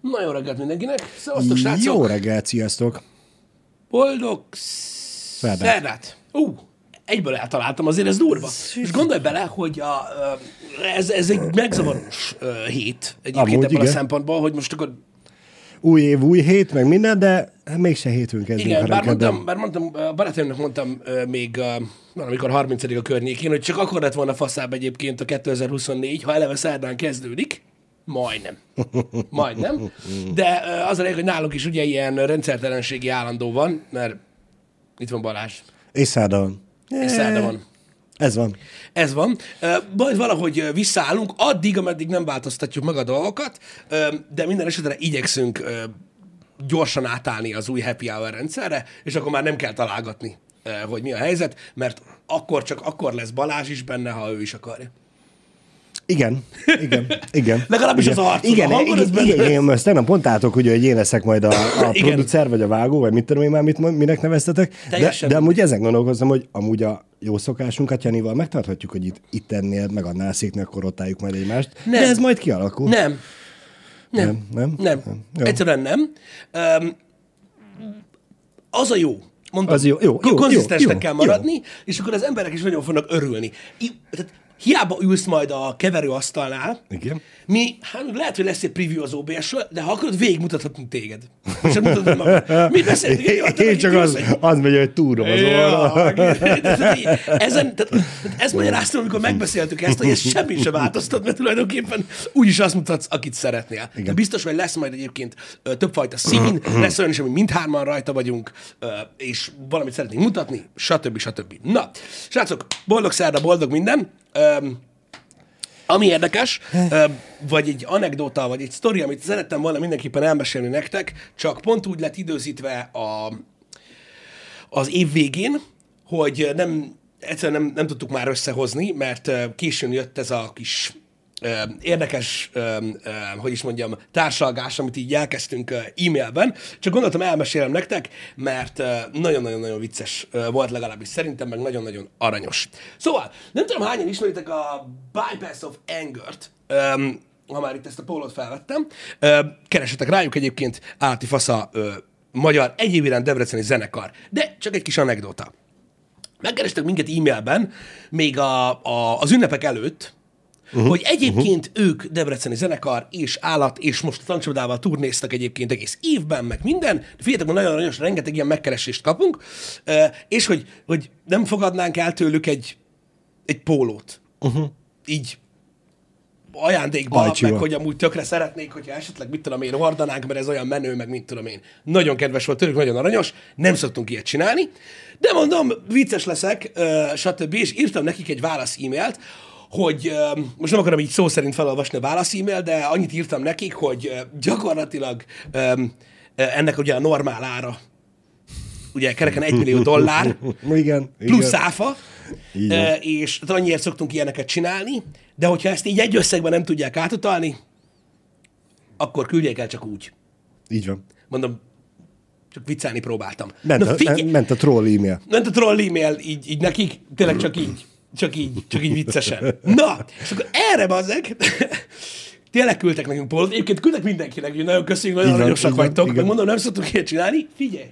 Na, jó reggelt mindenkinek. Szevasztok, srácok. Jó reggelt, sziasztok. Boldog szerdát. Egyből eltaláltam, azért ez durva. És gondolj bele, hogy ez egy megzavaros hét egyébként ebből a szempontból, hogy most akkor... Új év, új hét, meg minden, de mégse hétünk kezdünk. Igen, bár mondtam, barátomnak mondtam még valamikor 30. a környékén, hogy csak akkor lett volna faszább egyébként a 2024, ha eleve szerdán kezdődik. Majdnem. De az a lényeg, hogy nálunk is ugye ilyen rendszertelenségi állandó van, mert itt van Balázs. És szerda van. Ez van. Majd valahogy visszaállunk, addig, ameddig nem változtatjuk meg a dolgokat, de minden esetre igyekszünk gyorsan átállni az új happy hour rendszerre, és akkor már nem kell találgatni, hogy mi a helyzet, mert akkor lesz Balázs is benne, ha ő is akarja. Igen. Legalábbis az arcod, igen, a hangod, igen, ezt tegnap mondtátok, hogy én leszek majd a producer, vagy a vágó, vagy mit tudom én már, minek neveztetek. De amúgy ezen gondolkoztam, hogy amúgy a jó szokásunkat Janival megtarthatjuk, hogy itt ennél, meg annál széknél, akkor rotáljuk majd egymást. Nem. De ez majd kialakul. Nem. Egyszerűen nem. Az a jó. Mondom, az jó. konzisztensnek kell maradni, és akkor az emberek is nagyon fognak örülni. Tehát hiába ülsz majd a keverőasztalnál, igen. Lehet, hogy lesz egy preview az OBS-ről, de ha akarod, végigmutathatunk téged. És mutatod magad. Mit beszéltünk? Én csak az megy, hogy túrom az orra. Ezt magyaráztam, amikor megbeszéltük ezt, hogy ez semmi sem változtat, mert tulajdonképpen úgyis azt mutatsz, akit szeretnél. De biztos, hogy lesz majd egyébként többfajta szín, lesz olyan is, hogy mindhárman rajta vagyunk, és valamit szeretnénk mutatni, stb. Na, srácok, boldog szerda, boldog minden. Ami érdekes, vagy egy anekdóta, vagy egy sztori, amit szerettem volna mindenképpen elmesélni nektek, csak pont úgy lett időzítve az év végén, hogy egyszerűen nem tudtuk már összehozni, mert későn jött ez a kis érdekes, társalgás, amit így elkezdtünk e-mailben. Csak gondoltam, elmesélem nektek, mert nagyon-nagyon vicces volt legalábbis szerintem, meg nagyon-nagyon aranyos. Szóval, nem tudom, hányan ismeritek a Bypass of Anger-t, ha már itt ezt a pólót felvettem. Keresetek rájuk egyébként, állati fasza, magyar, egyéb iránt debreceni zenekar. De csak egy kis anekdóta. Megkerestek minket e-mailben, még az ünnepek előtt, hogy egyébként ők debreceni zenekar és állat, és most a Tankcsapdával turnéztak egyébként egész évben, meg minden. De figyeljetek, nagyon aranyos, rengeteg ilyen megkeresést kapunk, és hogy nem fogadnánk el tőlük egy pólót. Így ajándékba, meg hogy amúgy tökre szeretnék, hogyha esetleg, mit tudom én, hordanánk, mert ez olyan menő, meg mit tudom én. Nagyon kedves volt tőlük, nagyon aranyos, nem szoktunk ilyet csinálni, de mondom, vicces leszek, stb. És írtam nekik egy válasz e-mailt, hogy most nem akarom így szó szerint felolvasni a válasz e-mail, de annyit írtam nekik, hogy gyakorlatilag ennek ugye a normál ára, ugye kereken $1 millió, igen, plusz áfa, és annyiért szoktunk ilyeneket csinálni, de hogyha ezt így egy összegben nem tudják átutalni, akkor küldjék el csak úgy. Így van. Mondom, csak viccelni próbáltam. Ment a troll e-mail. Ment a troll e-mail így nekik, tényleg csak így viccesen. Na, és akkor erre bazzeg, tényleg küldtek nekünk pólót. Egyébként küldtek mindenkinek, hogy nagyon köszönjük, nagyon aranyosak vagytok. Meg mondom, nem szoktunk ilyet csinálni. Figyelj!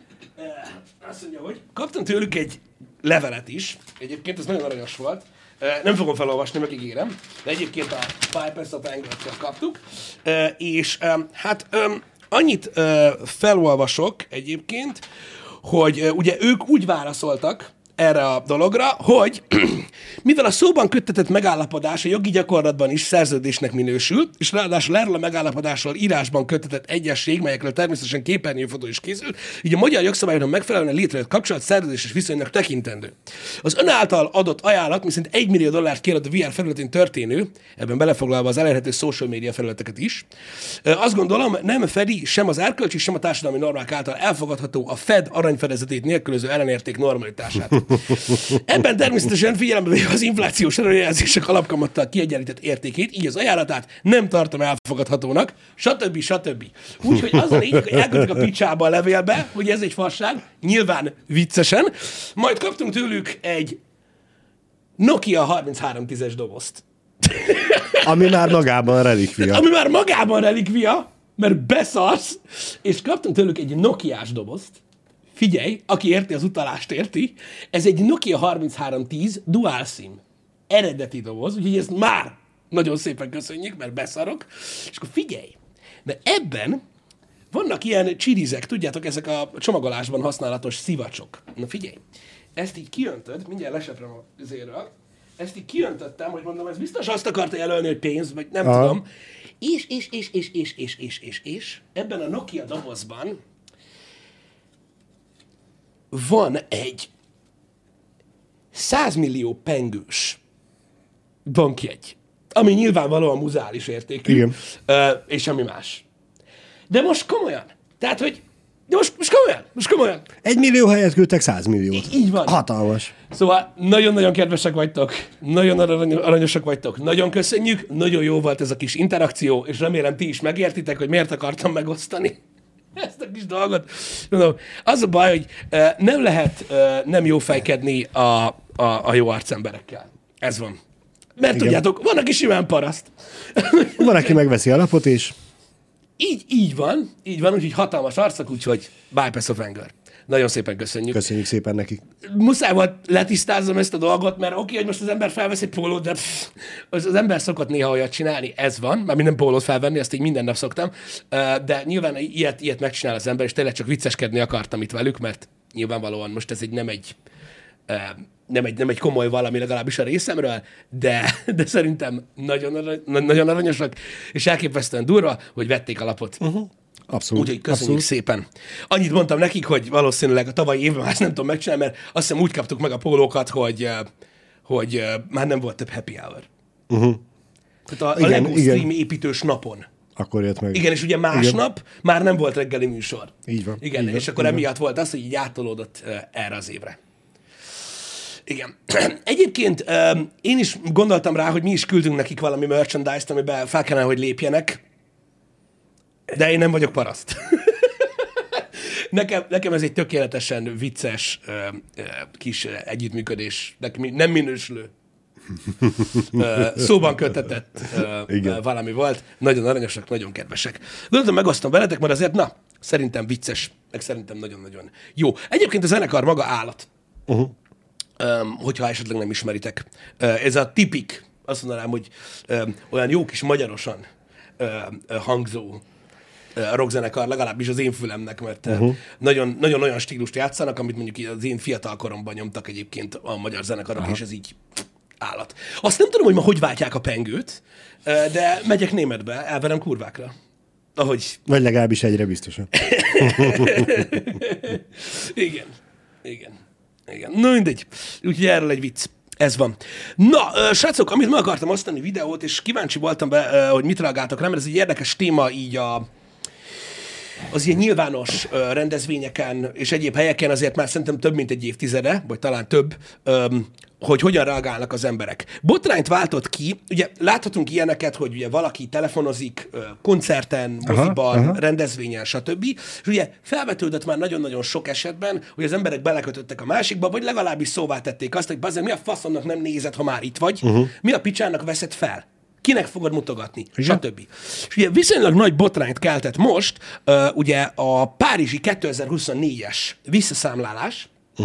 Azt mondja, hogy kaptam tőlük egy levelet is. Egyébként ez nagyon aranyos volt. Nem fogom felolvasni, megígérem. De egyébként a Bypass of Anger-t kaptuk. És annyit felolvasok egyébként, hogy ugye ők úgy válaszoltak erre a dologra, hogy mivel a szóban köttetett megállapodás a jogi gyakorlatban is szerződésnek minősül, és ráadásul erről a megállapodásról írásban köttetett egyesség, melyekről természetesen képernyőfotó is készült, így a magyar jogszabályoknak megfelelően létrejött kapcsolat szerződéses viszonynak tekintendő. Az ön által adott ajánlat, miszerint $1 millió kiadott a VR felületén történő, ebben belefoglalva az elérhető social media felületeket is, azt gondolom, nem fedi sem az erkölcsi, sem a társadalmi normák által elfogadható a Fed aranyfedezetét nélkülöző ellenérték normalitását. Ebben természetesen figyelembe véve az inflációs előrejelzések alapkamattal kiegyenlített értékét, így az ajánlatát nem tartom elfogadhatónak, stb. Úgyhogy az a lényeg, hogy elküldtük a picsába a levélbe, hogy ez egy fasság, nyilván viccesen, majd kaptunk tőlük egy Nokia 3310-es dobozt. Ami már magában relikvia. Ami már magában relikvia, mert beszarsz, és kaptam tőlük egy Nokiás dobozt. Figyelj, aki érti, az utalást érti. Ez egy Nokia 3310 dual SIM. Eredeti doboz, úgyhogy ezt már nagyon szépen köszönjük, mert beszarok. És akkor figyelj, de ebben vannak ilyen csirizek, tudjátok, ezek a csomagolásban használatos szivacsok. Na figyelj, ezt így kiöntöd, mindjárt leseprem a zéről, ezt így kiöntöttem, hogy mondom, ez biztos azt akarta jelölni, hogy pénz, vagy nem tudom. És ebben a Nokia dobozban van egy 100 millió pengős bankjegy, ami nyilvánvalóan muzeális értékű, igen. És ami más. De most komolyan. Tehát, hogy most komolyan. 1 millió helyet küldtek 100 milliót. Így van. Hatalmas. Szóval nagyon-nagyon kedvesek vagytok, nagyon aranyosak vagytok, nagyon köszönjük, nagyon jó volt ez a kis interakció, és remélem ti is megértitek, hogy miért akartam megosztani ezt a kis dolgot. Mondom, az a baj, hogy nem lehet nem jófejkedni a jó arcemberekkel. Ez van. Mert igen. Tudjátok, van, aki simán paraszt. Van, aki megveszi a lapot is. Így van, úgyhogy hatalmas arcok, úgyhogy bye Pass of Anger. Nagyon szépen köszönjük. Köszönjük szépen nekik. Muszáj volt letisztázzam ezt a dolgot, mert oké, hogy most az ember felvesz egy pólót, de az ember szokott néha olyat csinálni, ez van, már minden pólót felvenni, azt így minden nap szoktam, de nyilván ilyet megcsinál az ember, és tényleg csak vicceskedni akartam itt velük, mert nyilvánvalóan most ez nem egy komoly valami, legalábbis a részemről, de szerintem nagyon aranyosak, és elképesztően durva, hogy vették a lapot. Abszolút. Úgyhogy köszönjük szépen. Annyit mondtam nekik, hogy valószínűleg a tavalyi évben már ezt nem tudom megcsinálni, mert azt hiszem úgy kaptuk meg a pólókat, hogy már nem volt több happy hour. Tehát a Lego Stream építős napon. Akkor jött meg. Igen, és ugye másnap már nem volt reggeli műsor. Így van. Igen, így és van, akkor emiatt volt az, hogy így átolódott erre az évre. Igen. Egyébként én is gondoltam rá, hogy mi is küldünk nekik valami merchandise-t, amiben fel kellene, hogy lépjenek, de én nem vagyok paraszt. Nekem ez egy tökéletesen vicces kis együttműködés, nem minősülő. Szóban kötetett valami volt. Nagyon aranyosak, nagyon kedvesek. Gondoltam, megosztom veletek, mert azért, szerintem vicces, meg szerintem nagyon-nagyon jó. Egyébként a zenekar maga állat. Hogyha esetleg nem ismeritek. Ez a tipik, azt mondanám, hogy olyan jó kis magyarosan hangzó rockzenekar, legalábbis az én fülemnek, mert nagyon olyan stílust játszanak, amit mondjuk az én fiatal koromban nyomtak egyébként a magyar zenekarok, és ez így állat. Azt nem tudom, hogy ma hogy váltják a pengőt, de megyek németbe, elverem kurvákra. Ahogy... Vagy legalábbis egyre biztosan. Igen. Na mindegy. Úgyhogy erről egy vicc. Ez van. Na, srácok, amit meg akartam osztani videót, és kíváncsi voltam be, hogy mit reagáltak rá, mert ez egy érdekes téma így az ilyen nyilvános rendezvényeken és egyéb helyeken azért már szerintem több mint egy évtizede, vagy talán több, hogy hogyan reagálnak az emberek. Botrányt váltott ki, ugye láthatunk ilyeneket, hogy ugye valaki telefonozik koncerten, moziban, rendezvényen, stb. És ugye felvetődött már nagyon-nagyon sok esetben, hogy az emberek belekötöttek a másikba, vagy legalábbis szóvá tették azt, hogy bazdmeg, mi a faszomnak nem nézed, ha már itt vagy, mi a picsának veszed fel. Kinek fogod mutogatni, stb. És ugye viszonylag nagy botrányt keltett most ugye a párizsi 2024-es visszaszámlálás,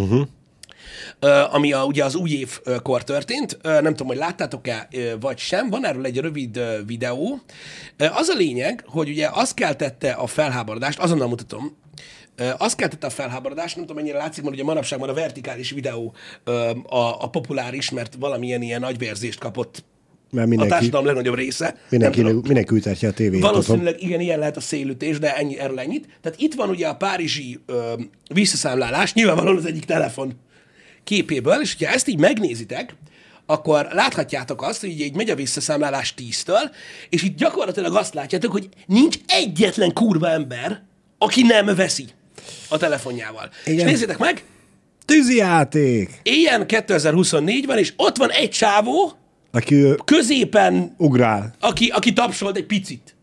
ami ugye az új évkor történt. Nem tudom, hogy láttátok-e, vagy sem. Van erről egy rövid videó. Az a lényeg, hogy ugye azt keltette a felháborodást, azonnal mutatom, azt keltette a felháborodást, nem tudom, mennyire látszik, mert ugye manapság már a vertikális videó a populáris, mert valamilyen ilyen agyvérzést kapott a társadalom legnagyobb része. Mindenki ültetje a tévét. Valószínűleg igen, ilyen lehet a szélütés, de erről ennyit. Tehát itt van ugye a párizsi visszaszámlálás, nyilvánvalóan az egyik telefon képéből, és hogyha ezt így megnézitek, akkor láthatjátok azt, hogy így megy a visszaszámlálás 10-től, és itt gyakorlatilag azt látjátok, hogy nincs egyetlen kurva ember, aki nem veszi a telefonjával. Igen. És nézzétek meg! Tűzijáték! Ilyen 2024-ben, és ott van egy csávó, aki középen ugrál. Aki tapsolt egy picit.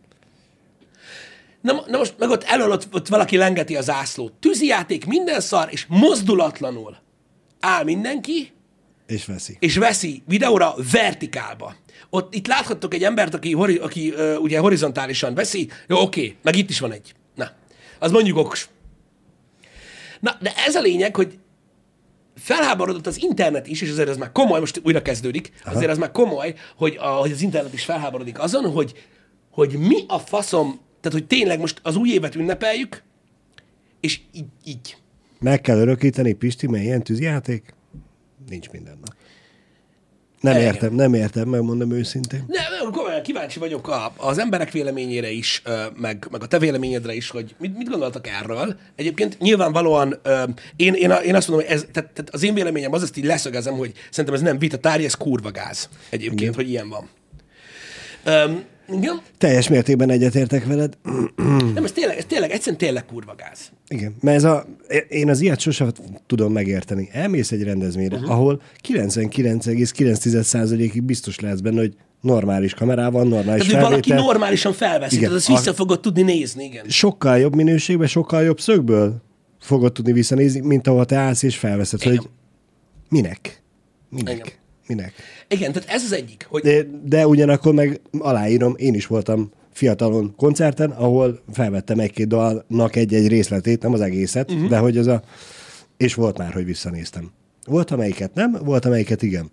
Na most meg ott elől ott valaki lengeti a zászlót. Tűzijáték, minden szar, és mozdulatlanul áll mindenki, És veszi videóra vertikálba. Itt láthattok egy embert, aki ugye horizontálisan veszi. Jó, oké, meg itt is van egy. Na, az mondjuk okos. Na, de ez a lényeg, hogy felháborodott az internet is, és azért ez már komoly, most újra kezdődik, azért ez már komoly, hogy az internet is felháborodik azon, hogy mi a faszom, tehát hogy tényleg most az új évet ünnepeljük, és így. Meg kell örökíteni, Pisti, mert ilyen tűzjáték? Nincs minden nap. Nem értem, megmondom őszintén. Nem, komolyan kíváncsi vagyok az emberek véleményére is, meg a te véleményedre is, hogy mit gondoltak erről. Egyébként nyilvánvalóan én azt mondom, hogy tehát az én véleményem az, ezt így leszögezem, hogy szerintem ez nem vita tárgy, ez kurva gáz egyébként, igen. Hogy ilyen van. Igen? Teljes mértékben egyetértek veled. Nem, ez egyszerűen tényleg kurva gáz. Igen, mert én az ilyet sosem tudom megérteni. Elmész egy rendezvényre, ahol 99,9%-ig biztos lehetsz benne, hogy normális kamerával, normális felvétel. Tehát, valaki normálisan felveszi, igen, tehát azt vissza fogod tudni nézni, igen. Sokkal jobb minőségben, sokkal jobb szögből fogod tudni visszanézni, mint ahol te állsz és felveszed, igen. Hogy minek? Igen, tehát ez az egyik. Hogy... De ugyanakkor meg aláírom, én is voltam fiatalon koncerten, ahol felvettem egy-két dalnak egy-egy részletét, nem az egészet, de hogy és volt már, hogy visszanéztem. Volt, amelyiket nem, volt, amelyiket igen.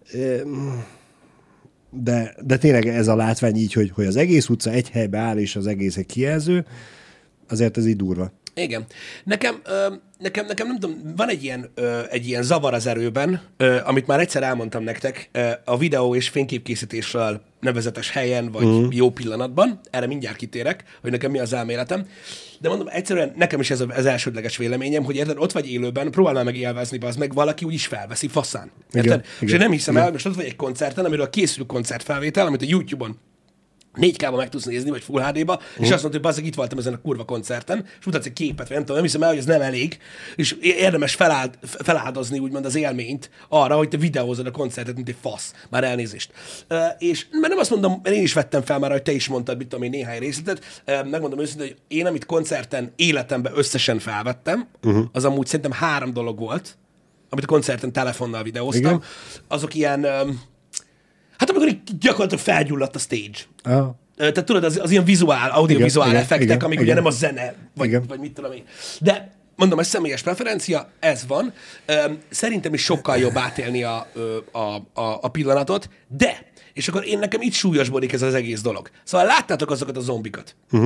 De tényleg ez a látvány így, hogy az egész utca egy helybe áll, és az egész egy kijelző, azért ez így durva. Igen. Nekem nem tudom, van egy ilyen zavar az erőben, amit már egyszer elmondtam nektek, a videó és fényképkészítésről nevezetes helyen, vagy jó pillanatban. Erre mindjárt kitérek, hogy nekem mi az elméletem. De mondom, egyszerűen nekem is ez az elsődleges véleményem, hogy érted, ott vagy élőben, próbálnál meg élvezni, az meg valaki úgyis felveszi faszán. Érted? És én nem hiszem el, most ott vagy egy koncerten, amiről készül koncertfelvétel, amit a YouTube-on 4K-ba meg tudsz nézni, vagy Full HD-ba, és azt mondta, hogy bazzeg, itt voltam ezen a kurva koncerten, és mutatsz egy képet, vagy nem tudom, nem hiszem el, hogy ez nem elég, és érdemes feláldozni úgymond az élményt arra, hogy te videózod a koncertet, mint egy fasz. Már elnézést. És mert nem azt mondom, mert én is vettem fel már, hogy te is mondtad, mit tudom én, néhány részletet, megmondom őszintén, hogy én, amit koncerten életemben összesen felvettem, az amúgy szerintem 3 dolog volt, amit a koncerten telefonnal videóztam. Igen. Azok ilyen... Hát amikor gyakorlatilag felgyulladt a stage. Tehát tudod, az ilyen audiovizuál effektek, amik ugye nem a zene, vagy mit tudom én. De mondom, ez személyes preferencia, ez van. Szerintem is sokkal jobb átélni a pillanatot, de, és akkor nekem itt súlyosbodik ez az egész dolog. Szóval láttátok azokat a zombikat. Na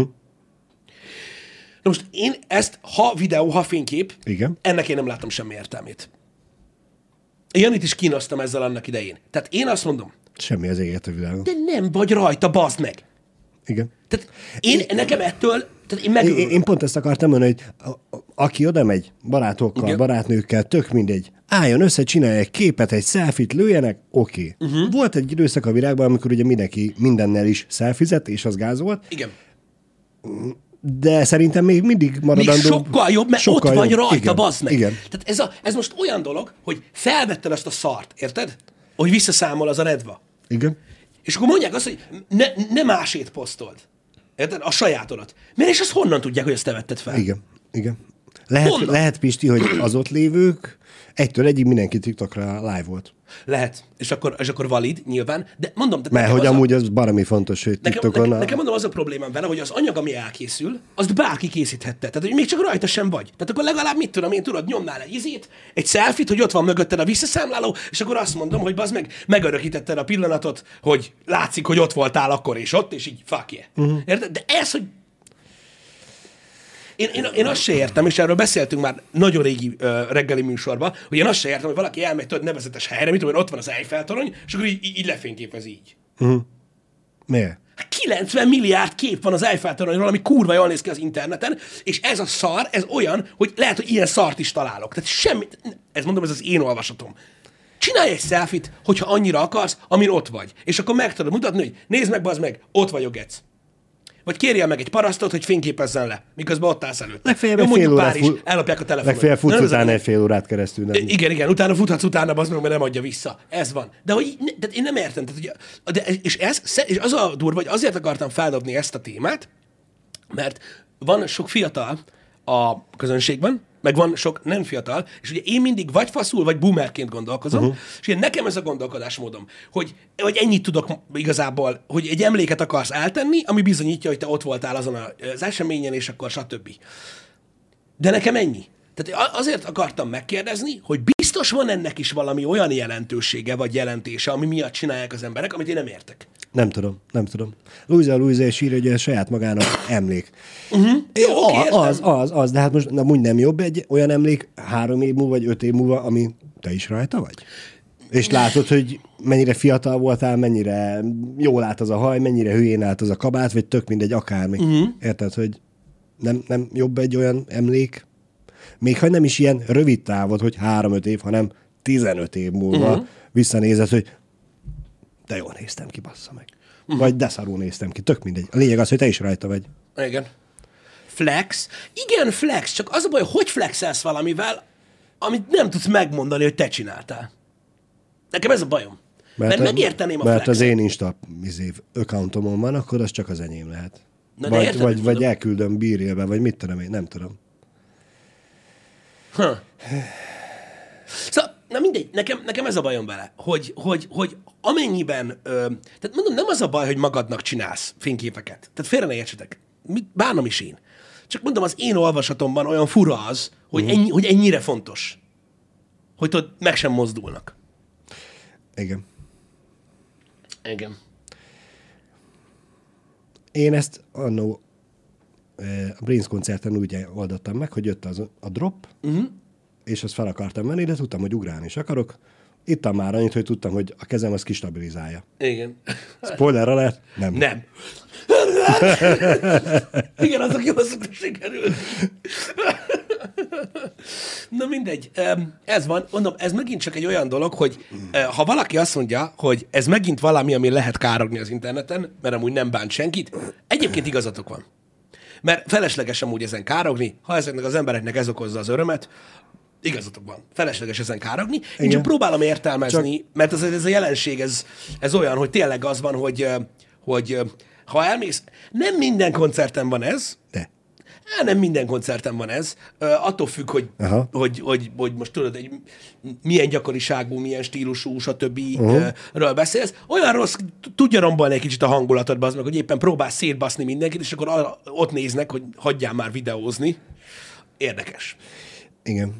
most én ezt, ha videó, ha fénykép, igen. Ennek én nem látom semmi értelmét. Janit is kínoztam ezzel annak idején. Tehát én azt mondom, semmi az éget a világon. De nem vagy rajta, bazd meg! Igen. Tehát nekem ettől, tehát én megőrülök. Én pont ezt akartam mondani, hogy aki oda megy barátokkal, igen. Barátnőkkel, tök mindegy, álljon össze, csinálj egy képet, egy selfie-t, lőjenek, oké. Volt egy időszak a világban, amikor ugye mindenki mindennel is selfizett, és az gáz volt. Igen. De szerintem még mindig maradandó. Még sokkal jobb, mert sokkal ott vagy rajta, igen. Bazd meg. Igen. Tehát ez most olyan dolog, hogy felvetted azt a szart, érted? Hogy visszaszámol az a redva. Igen. És akkor mondják azt, hogy ne másét posztold. Érted? A sajátodat. Mert és azt honnan tudják, hogy azt te vetted fel? Igen. Lehet, Pisti, hogy az ott lévők egytől egyig mindenki TikTokra live volt. Lehet. És akkor valid, nyilván. De mondom... Mert hogy amúgy az baromi fontos, hogy TikTokon... Nekem mondom, az a problémám vele, hogy az anyag, ami elkészül, azt bárki készíthette. Tehát, hogy még csak rajta sem vagy. Tehát akkor legalább mit tudom én, tudod, nyomnál egy selfie-t, hogy ott van mögötted a visszaszámláló, és akkor azt mondom, hogy bazd meg, megörökítetted a pillanatot, hogy látszik, hogy ott voltál akkor és ott, és így fuck yeah. Érted? De ez, hogy Én azt se értem, és erről beszéltünk már nagyon régi reggeli műsorban, hogy én azt se értem, hogy valaki elmegy tudod nevezetes helyre, mit tudom, ott van az Eiffel-torony, és akkor így lefényképez így. Miért? 90 milliárd kép van az Eiffel-toronyról, ami kurva jól néz ki az interneten, és ez a szar, ez olyan, hogy lehet, hogy ilyen szart is találok. Tehát semmi, ez mondom, ez az én olvasatom. Csinálj egy selfie-t, hogyha annyira akarsz, amin ott vagy. És akkor meg tudod mutatni, hogy nézd meg, bazd meg, ott vagyok, gec. Vagy kérjél meg egy parasztot, hogy fényképezzen le, miközben ott állsz előtt. Legfeljebb fél órát ellopják a telefonot. Legfeljebb futsz utána egy fél órát keresztül. Nem. Igen, utána futhatsz utána, bazd meg, mert nem adja vissza. Ez van. De hogy, tehát én nem értem. Tehát, és az a durva, hogy azért akartam feldobni ezt a témát, mert van sok fiatal a közönségben, meg van sok nem fiatal, és ugye én mindig vagy faszul, vagy boomerként gondolkozom, és ugye nekem ez a gondolkodásmódom, hogy ennyit tudok igazából, hogy egy emléket akarsz eltenni, ami bizonyítja, hogy te ott voltál azon az eseményen, és akkor stb. De nekem ennyi. Tehát azért akartam megkérdezni, hogy biztos van ennek is valami olyan jelentősége vagy jelentése, ami miatt csinálják az emberek, amit én nem értek. Nem tudom. Luisa és írja, hogy a saját magának emlék. Jó, az, de hát most úgy nem jobb egy olyan emlék 3 év múlva, vagy 5 év múlva, ami te is rajta vagy? És látod, hogy mennyire fiatal voltál, mennyire jól állt az a haj, mennyire hülyén állt az a kabát, vagy tök mindegy, akármi. Érted, hogy nem jobb egy olyan emlék? Még ha nem is ilyen rövid távod, hogy 3-5 év, hanem 15 év múlva visszanézed, hogy de jól néztem ki, bassza meg. Vagy de szarul néztem ki, tök mindegy. A lényeg az, hogy te is rajta vagy. Igen. Flex? Igen, flex, csak az a baj, hogy flexelsz valamivel, amit nem tudsz megmondani, hogy te csináltál. Nekem ez a bajom. Mert megérteném a flexet. Mert az én Insta accountomon van, akkor az csak az enyém lehet. Na, vagy elküldöm bírélbe, vagy mit tudom én, nem tudom. Szóval, na mindegy, nekem ez a bajom vele, hogy amennyiben, tehát mondom, nem az a baj, hogy magadnak csinálsz fényképeket. Tehát félre ne értsetek. Bánom is én. Csak mondom, az én olvasatomban olyan fura az, hogy ennyire fontos. Hogy tudod, meg sem mozdulnak. Igen. Igen. Én ezt annó a Brains koncerten úgy oldottam meg, hogy jött a drop, és azt fel akartam menni, de tudtam, hogy ugrálni is akarok. Ittam már annyit, hogy tudtam, hogy a kezem az kistabilizálja. Igen. Spoiler alert? Nem. Igen, azok jól szoktak sikerülni. Na mindegy, ez van. Mondom, ez megint csak egy olyan dolog, hogy ha valaki azt mondja, hogy ez megint valami, ami lehet károgni az interneten, mert amúgy nem bánt senkit, egyébként igazatok van. Mert felesleges amúgy ezen károgni, ha ezeknek az embereknek ez okozza az örömet, igazatok van. Felesleges ezen károgni. Én csak próbálom értelmezni, mert ez a jelenség, ez olyan, hogy tényleg az van, hogy ha elmész, nem minden koncerten van ez, de. Nem minden koncerten van ez. Attól függ, hogy most tudod, milyen gyakoriságú, milyen stílusú, stb. Ről beszélsz. Olyan rossz, tudja rombolni egy kicsit a hangulatodba az meg, hogy éppen próbálsz szétbaszni mindenkit, és akkor ott néznek, hogy hagyjál már videózni. Érdekes. Igen.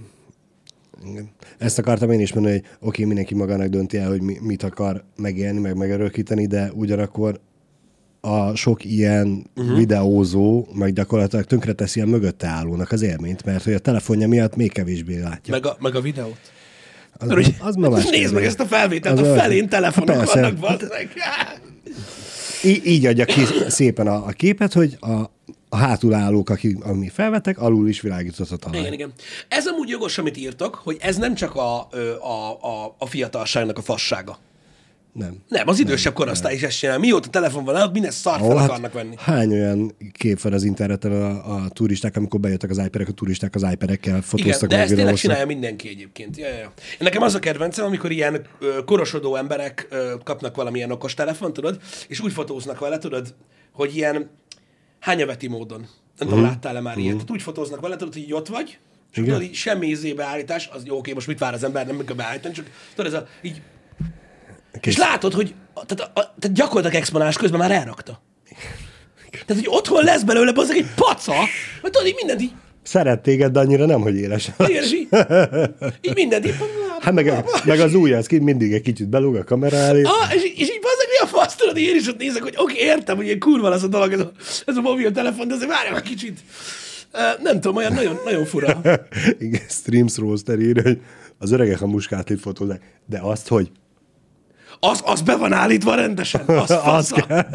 Ezt akartam én is mondani, hogy oké, mindenki magának dönti el, hogy mit akar megélni, meg megörökíteni, de ugyanakkor a sok ilyen videózó, meg gyakorlatilag tönkreteszi a mögötte állónak az élményt, mert hogy a telefonja miatt még kevésbé látja. Meg a videót. Az ma más. Nézd meg ezt a felvételt, a felén telefonok vannak, bazdmeg. Így adja ki szépen a képet, hogy a hátulállók, ami felvettek, alul is világított a talaj. Igen. Ez amúgy jogos, amit írtok, hogy ez nem csak a fiatalságnak a fassága. Nem, az idősebb korosztály is ezt csinál. Mióta telefon van, minden szart fel akarnak venni. Hány olyan kép van az interneten a turisták, amikor bejöttek az iPad-ek, a turisták az iPad-ekkel fotóztak. Igen, de ezt tényleg csinálja mindenki egyébként. Ja. Nekem az a kedvencem, amikor ilyen korosodó emberek kapnak valamilyen okos telefon, tudod, és úgy fotóznak vele, tudod, hogy ilyen hányaveti módon. Nem tudom, láttál-e már ilyet. Tehát úgy fotóznak vele, tudod, hogy így ott vagy, és tudod, így semmi izébeállítás, az jó, oké, most mit vár az ember, nem kell beállítani, csak tudod, ez a így. És látod, hogy tehát gyakorlatilag exponálás közben már elrakta. Tehát, hogy otthon lesz belőle bazdmeg egy paca, mert tudod, így mindent így... Szeret téged, de annyira nem, hogy éles. Igen, így mindent így... Hát meg az ujja, az mindig egy kicsit belúg a kamera elé. És így bazdmeg, mi a fasz, tudod, én is ott nézek, hogy oké, értem, hogy ilyen kurva lesz a dolog, ez a mobiltelefon, de azért várjál egy kicsit. Nem tudom, olyan nagyon, nagyon fura. Igen, Streams Roaster ír, hogy az öregek a muskátlit fotózzák, de azt, hogy az be van állítva rendesen. Az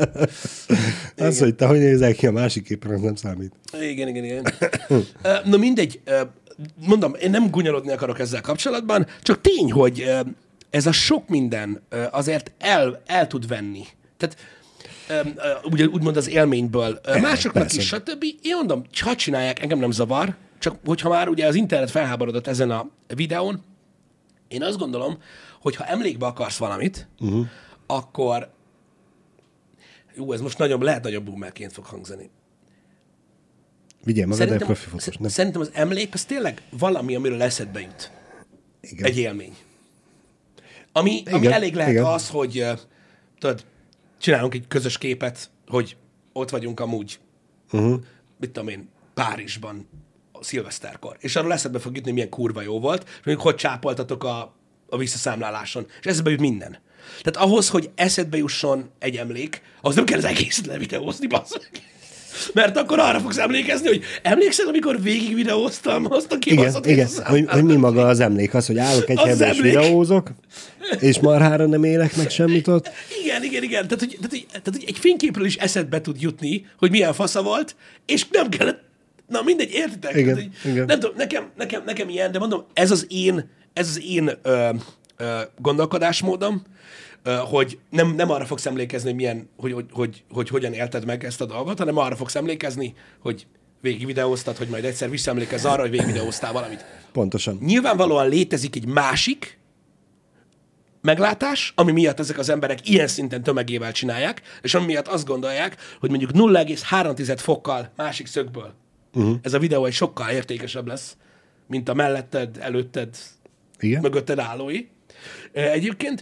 hogy te hogy nézel ki a másik képen, az nem számít. Igen. Na mindegy, mondom, én nem gúnyolodni akarok ezzel kapcsolatban, csak tény, hogy ez a sok minden azért el tud venni. Tehát úgymond az élményből másoknak persze. Is, stb. Én mondom, ha csinálják, engem nem zavar, csak hogyha már ugye az internet felháborodott ezen a videón, én azt gondolom, hogy ha emlékbe akarsz valamit, akkor jó, ez most lehet nagyobb boomerként fog hangzani. Vigyél magad, de profi fotós. Szerintem az emlék az tényleg valami, amiről eszedbe jut. Igen. Egy élmény. Ami elég lehet az, hogy tudod, csinálunk egy közös képet, hogy ott vagyunk amúgy, mit tudom én, Párizsban a szilveszterkor. És arról eszedbe fog jutni, milyen kurva jó volt, és mondjuk, hogy csápoltatok a visszaszámláláson. És eszedbe jut minden. Tehát ahhoz, hogy eszedbe jusson egy emlék, az nem kell az egészet levideózni, basszak. Mert akkor arra fogsz emlékezni, hogy emlékszel, amikor végig videóztam azt a kibaszott Igen, hogy mi maga az emlék, az, hogy állok egy helyben és videózok, és marhára nem élek meg semmit ott. Igen. Tehát, hogy egy fényképről is eszedbe tud jutni, hogy milyen fasza volt, és nem kellett, na mindegy, értitek? Igen. Nem tudom, nekem ilyen, de mondom, ez az én gondolkodásmódom, hogy nem arra fogsz emlékezni, hogy milyen, hogy hogyan élted meg ezt a dolgot, hanem arra fogsz emlékezni, hogy végig videóztad, hogy majd egyszer visszaemlékezz arra, hogy végig videóztál valamit. Pontosan. Nyilvánvalóan létezik egy másik meglátás, ami miatt ezek az emberek ilyen szinten tömegével csinálják, és ami miatt azt gondolják, hogy mondjuk 0,3 fokkal másik szögből ez a videó egy sokkal értékesebb lesz, mint a melletted, előtted, mögötted állói. Egyébként,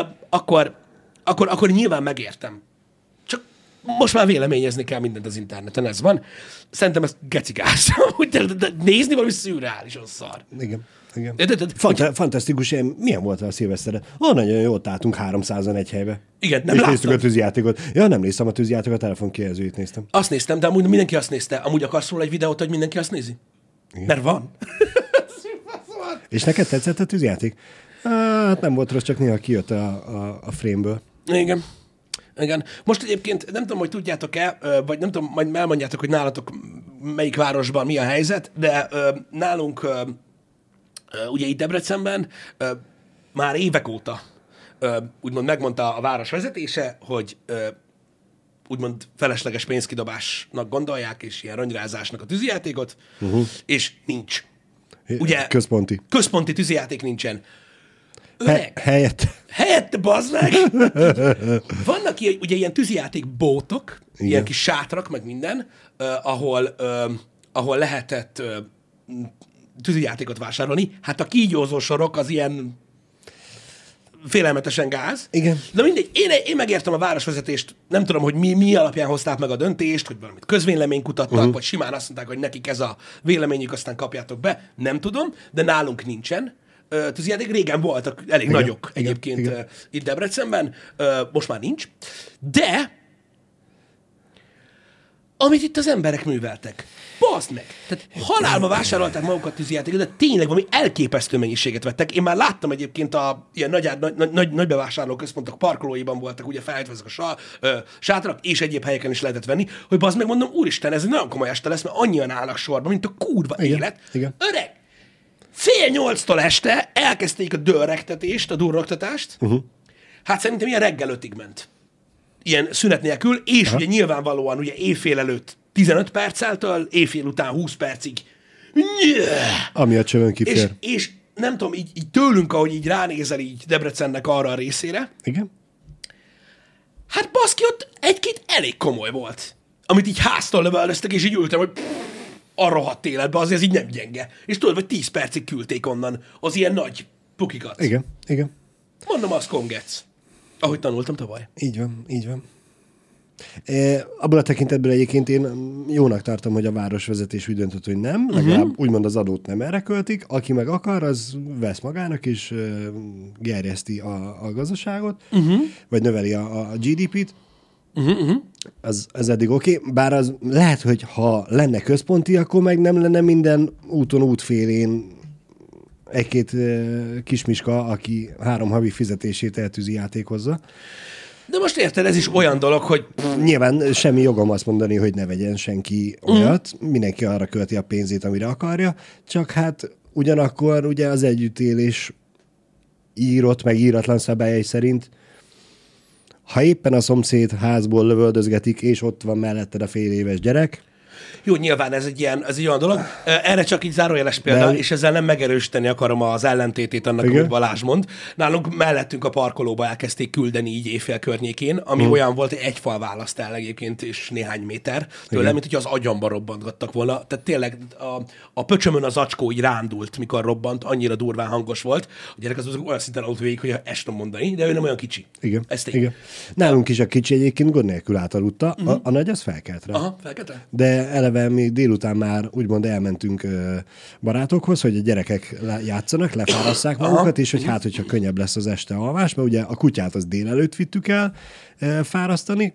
akkor nyilván megértem. Csak most már véleményezni kell mindent az interneten, ez van. Szerintem ez gecigász. De nézni valami szürreálisan szar. Igen. Fantasztikus, milyen volt a szilveszterre? Nagyon jól álltunk 301 helybe. Igen, nem és láttam. néztük a tűzjátékot. Ja, nem néztem a tűzjátékot, a telefon kijelzőjét néztem. Azt néztem, de amúgy mindenki azt nézte. Amúgy akarsz róla egy videót, hogy mindenki azt nézi? Igen. Mert van. És neked tetszett a tűzjáték? Hát nem volt rossz, csak néha kijött a frame-ből. Igen. Most egyébként nem tudom, hogy tudjátok-e, vagy nem tudom, majd elmondjátok, hogy nálatok melyik városban mi a helyzet, de nálunk ugye itt Debrecenben már évek óta úgymond megmondta a város vezetése, hogy úgymond felesleges pénzkidobásnak gondolják, és ilyen rongyrázásnak a tűzijátékot, és nincs. Ugye, központi tűzijáték nincsen. Helyette, bazd meg! Vannak ugye ilyen tűzijáték bótok, ilyen kis sátrak, meg minden, ahol lehetett tűzijátékot vásárolni. Hát a kígyózó sorok az ilyen félelmetesen gáz. Igen. De mindegy, én megértem a városvezetést, nem tudom, hogy mi alapján hozták meg a döntést, hogy valamit közvéleményt kutattak, vagy simán azt mondták, hogy nekik ez a véleményük, aztán kapjátok be. Nem tudom, de nálunk nincsen. Tűzijáték régen voltak elég nagyok egyébként itt Debrecenben, most már nincs. De amit itt az emberek műveltek, bazd meg! Tehát halálba vásárolták magukat tűzijátékot, de tényleg valami elképesztő mennyiséget vettek. Én már láttam egyébként ilyen nagy bevásárlóközpontok parkolóiban voltak ugye felejtve ezek a sátrak, és egyéb helyeken is lehetett venni, hogy bazd meg, mondom, úristen, ez egy nagyon komoly este lesz, mert annyian állnak sorba, mint a kurva élet. Öreg! 7:30-tól este elkezdték a dörregtetést, a durrogtatást. Hát szerintem ilyen reggel 5-ig ment. Ilyen szünet nélkül, és ugye nyilvánvalóan ugye éjfél előtt 15 perceltől, éjfél után 20 percig. Ami a csövön kifér. És nem tudom, így tőlünk, ahogy így ránézel így Debrecennek arra a részére. Igen. Hát baszki, ott egy-két elég komoly volt. Amit így háztól löveldeztek, és így ültem, hogy a rohadt életbe, azért ez így nem gyenge. És tudod, hogy 10 percig küldték onnan az ilyen nagy pukikat. Igen. Mondom, az kongec. Ahogy tanultam tavaly. Így van. Abban a tekintetben egyébként én jónak tartom, hogy a városvezetés úgy döntött, hogy nem, legalább úgymond az adót nem erre költik, aki meg akar, az vesz magának és gerjeszti a gazdaságot, vagy növeli a GDP-t. Az eddig oké. Bár az lehet, hogy ha lenne központi, akkor meg nem lenne minden úton, útfélén egy-két kismiska, aki 3 havi fizetését eltűzi játékozza. De most érted, ez is olyan dolog, hogy... Nyilván semmi jogom azt mondani, hogy ne vegyen senki olyat. Mindenki arra költi a pénzét, amire akarja. Csak hát ugyanakkor ugye az együttélés írott, meg íratlan szabályai szerint, ha éppen a szomszéd házból lövöldözgetik, és ott van melletted a fél éves gyerek, Jó, nyilván ez egy olyan dolog. Erre csak így zárójeles példa, és ezzel nem megerősíteni akarom az ellentétét annak, amit Balázs mond. Nálunk mellettünk a parkolóba elkezdték küldeni így éjfél környékén, ami olyan volt, hogy egy fal választ el egyébként, és néhány méter tőlem, mint hogyha az agyamba robbantgattak volna. Tehát tényleg a pöcsömön az acskó így rándult, mikor robbant, annyira durván hangos volt. A gyerek az olyan szinten aludt végig, hogy ezt tudom mondani, de ő nem olyan kicsi. Igen. Igen. Nálunk is a kicsi egyébként gond nélkül átaludta, a nagy az felkelt rá. Aha, felkelt rá. De eleve mi délután már úgymond elmentünk barátokhoz, hogy a gyerekek játszanak, lefárasszák magukat, és hogy hogyha könnyebb lesz az este alvás, mert ugye a kutyát az délelőtt vittük el fárasztani,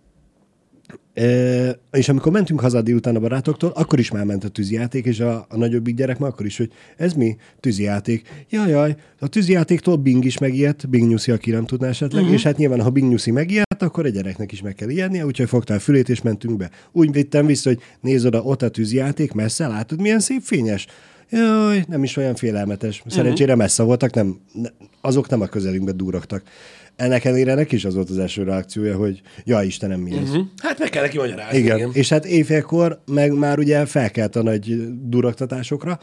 és amikor mentünk haza délután a barátoktól, akkor is már ment a tűzijáték, és a nagyobbik gyerek már akkor is, hogy ez mi? Tűzijáték. Jaj, a tűzijátéktól Bing is megijedt, Bing Nyuszi, aki nem tudná esetleg, és hát nyilván, ha Bing Nyuszi megijedt, akkor a gyereknek is meg kell ijednie, úgyhogy fogtál fülét, és mentünk be. Úgy vittem vissza, hogy nézd oda, ott a tűzijáték, messze, látod, milyen szép fényes? Jaj, nem is olyan félelmetes. Szerencsére messze voltak, azok nem a közelünkbe durogtak. Ennek ellenére neki is az volt az első reakciója, hogy jaj, Istenem, mi ez? Hát meg kell neki magyarázni. Igen, és hát éjfélkor meg már ugye felkelt a nagy durogtatásokra.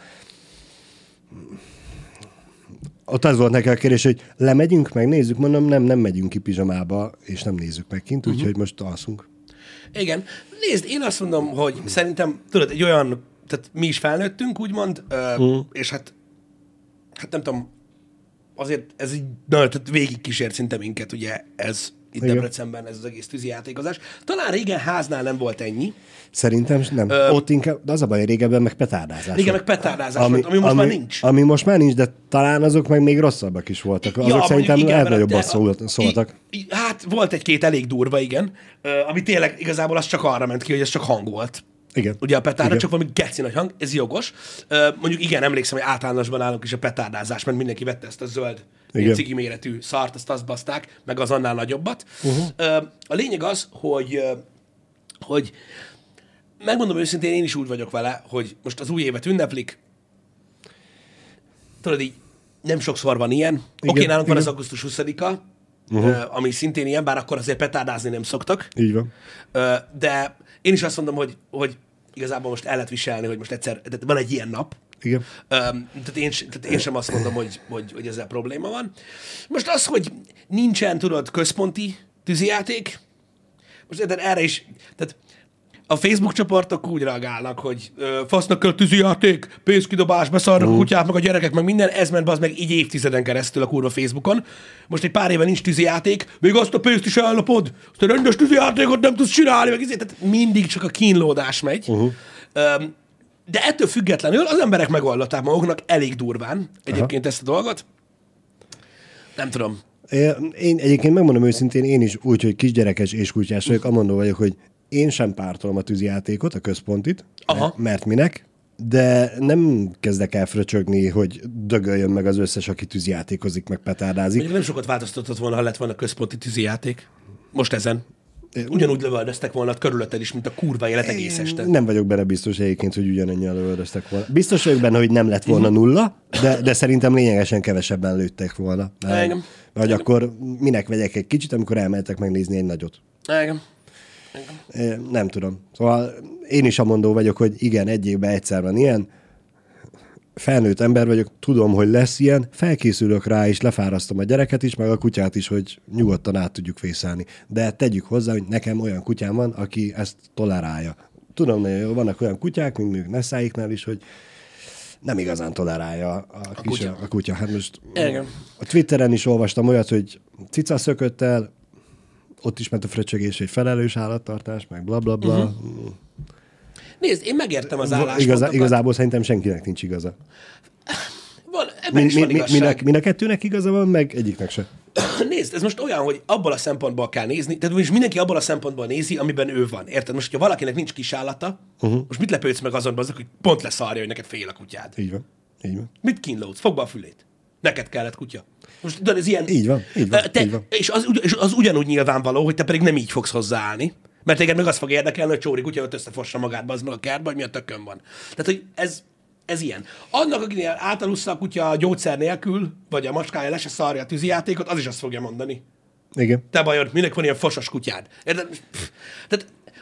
Ott az volt neki a kérdés, hogy lemegyünk, megnézzük, mondom, nem megyünk ki pizsamába, és nem nézzük meg kint, úgyhogy most alszunk. Igen. Nézd, én azt mondom, hogy szerintem, tudod, egy olyan, tehát mi is felnőttünk, úgymond, és hát nem tudom, azért ez így, tehát végig kísért szinte minket, ugye ez itt Debrecenben ez az egész tűzijátékozás. Talán régen háznál nem volt ennyi. Szerintem nem. Ott inkább, de az a baj, régebben meg petárdázás. Igen, meg petárdázás volt, ami most már nincs. Ami most már nincs, de talán azok meg még rosszabbak is voltak. Azok szerintem legnagyobbak szóltak. Hát volt egy-két elég durva, igen, ami tényleg igazából az csak arra ment ki, hogy ez csak hang volt. Igen. Ugye a petárda csak valami geci nagy hang, ez jogos. Mondjuk igen, emlékszem, hogy általánosban nálunk is a petárdázás, mert mindenki vette ezt a zöld cigi méretű szart, azt baszták, meg az annál nagyobbat. A lényeg az, hogy megmondom őszintén, én is úgy vagyok vele, hogy most az új évet ünneplik, tudod így, nem sokszor van ilyen. Oké, nálunk van az augusztus 20-a, ami szintén ilyen, bár akkor azért petárdázni nem szoktak. Így van. De én is azt mondom, hogy igazából most el lehet viselni, hogy most egyszer, tehát van egy ilyen nap. Igen. Tehát én sem azt mondom, hogy ezzel probléma van. Most az, hogy nincsen, tudod, központi tűzijáték, most erre is, tehát a Facebook csoportok úgy reagálnak, hogy fasznak kell tűzijáték, pénzkidobás, beszarnak a kutyák, meg a gyerekek, meg minden, ez ment az meg így évtizeden keresztül a kurva Facebookon. Most egy pár éve nincs tűzijáték, még azt a pénzt is ellopod, azt a rendes tűzijátékot nem tudsz csinálni, meg ezért, tehát mindig csak a kínlódás megy. De ettől függetlenül az emberek megoldották maguknak elég durván egyébként ezt a dolgot. Nem tudom. Én egyébként megmondom őszintén, én is úgy, hogy kisgyerekes és kutyás vagyok, amondó vagyok, hogy én sem pártolom a tűzijátékot, a központit, mert minek, de nem kezdek el fröcsögni, hogy dögöljön meg az összes, aki tűzijátékozik, meg petárdázik. Mondjuk nem sokat változtatott volna, ha lett volna központi tűzijáték. Most ezen. Ugyanúgy lövöldöztek volna körülötted is, mint a kurva élet egész este. Nem vagyok benne biztos egyébként, hogy ugyanannyian lövöldöztek volna. Biztos vagyok benne, hogy nem lett volna nulla, de szerintem lényegesen kevesebben lőttek volna. Vagy akkor minek vegyek egy kicsit, amikor elmehetek megnézni egy nagyot. Igen. Nem tudom. Szóval én is amondó vagyok, hogy igen, egy évben egyszer van ilyen. Felnőtt ember vagyok, tudom, hogy lesz ilyen, felkészülök rá, és lefárasztom a gyereket is, meg a kutyát is, hogy nyugodtan át tudjuk vészelni. De tegyük hozzá, hogy nekem olyan kutyám van, aki ezt tolerálja. Tudom, nagyon jó, vannak olyan kutyák, mint mondjuk Nessáiknál is, hogy nem igazán tolerálja a kutya. Hát most a Twitteren is olvastam olyat, hogy cica szökött el, ott is ment a fröcsögés, hogy felelős állattartás, meg blablabla. Bla, bla. Nézd, én megértem az álláspontokat. Igazából szerintem senkinek nincs igaza. Van, ebben is van igazság. Mind a kettőnek igaza van, meg egyiknek se. Nézd, ez most olyan, hogy abból a szempontból kell nézni, tehát most mindenki abból a szempontból nézi, amiben ő van. Érted? Most, ha valakinek nincs kisállata, most mit lepődsz meg azonban azok, hogy pont leszarja, hogy neked fél a kutyád? Így van. Mit kínlódsz? Fogd be a fülét. Neked kellett kutya. Most tudod, ez ilyen... Így van. És az ugyanúgy nyilvánvaló, hogy te pedig nem így fogsz hozzáállni. Mert téged meg az fog érdekelni, hogy Csóri kutya ott összefossa magát, az meg a kertbe, hogy mi a tökön van. Tehát, hogy ez ilyen. Annak, akinél átalussza a kutya a gyógyszer nélkül, vagy a macskája le se szarja a tűzijátékot, az is azt fogja mondani. Igen. Te bajod, minek van ilyen fosas kutyád. Érted? Tehát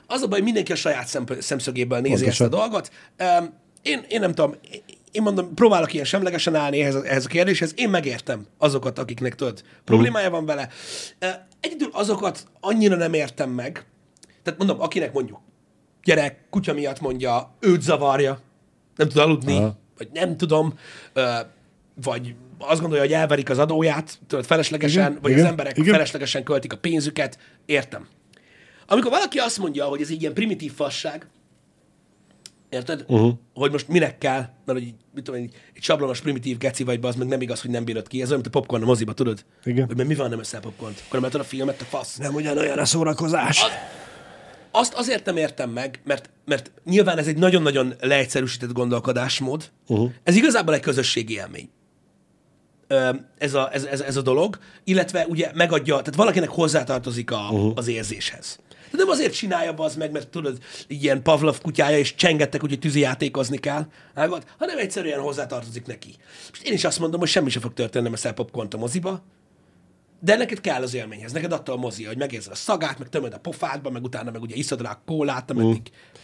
az a baj, hogy mindenki a saját szemszögéből nézi ezt a dolgot. Én nem tudom, én mondom, próbálok ilyen semlegesen állni ehhez a kérdéshez. Én megértem azokat, akiknek problémája van vele. Egyedül azokat annyira nem értem meg. Tehát mondom, akinek mondjuk gyerek, kutya miatt mondja, őt zavarja, nem tud aludni, vagy nem tudom, vagy azt gondolja, hogy elverik az adóját, tudod, feleslegesen, vagy az emberek feleslegesen költik a pénzüket, értem. Amikor valaki azt mondja, hogy ez egy ilyen primitív fasság, érted? Hogy most minek kell, mert hogy mit tudom, egy sablonos primitív geci vagy, az meg nem igaz, hogy nem bírod ki. Ez olyan, mint a popcorn a moziba, tudod? Igen. Hogy mi van, nem eszel popcornt? Akkor nem látod a filmet, te fasz. Nem ugyanolyan a szórakozás. Azt azért nem értem meg, mert nyilván ez egy nagyon-nagyon leegyszerűsített gondolkodásmód. Ez igazából egy közösségi élmény. Ez a dolog, illetve ugye megadja, tehát valakinek hozzátartozik az érzéshez. De nem azért csinálja az meg, mert tudod, ilyen Pavlov kutyája, és csengettek, úgyhogy tűzijátékozni kell, hanem egyszerűen hozzátartozik neki. Most én is azt mondom, hogy semmi sem fog történni, nem eszel popcornt a moziba, de neked kell az élményhez, neked adta a mozi, hogy megérzed a szagát, meg tömöd a pofádba, meg utána meg ugye iszod rá a kólát, ameddig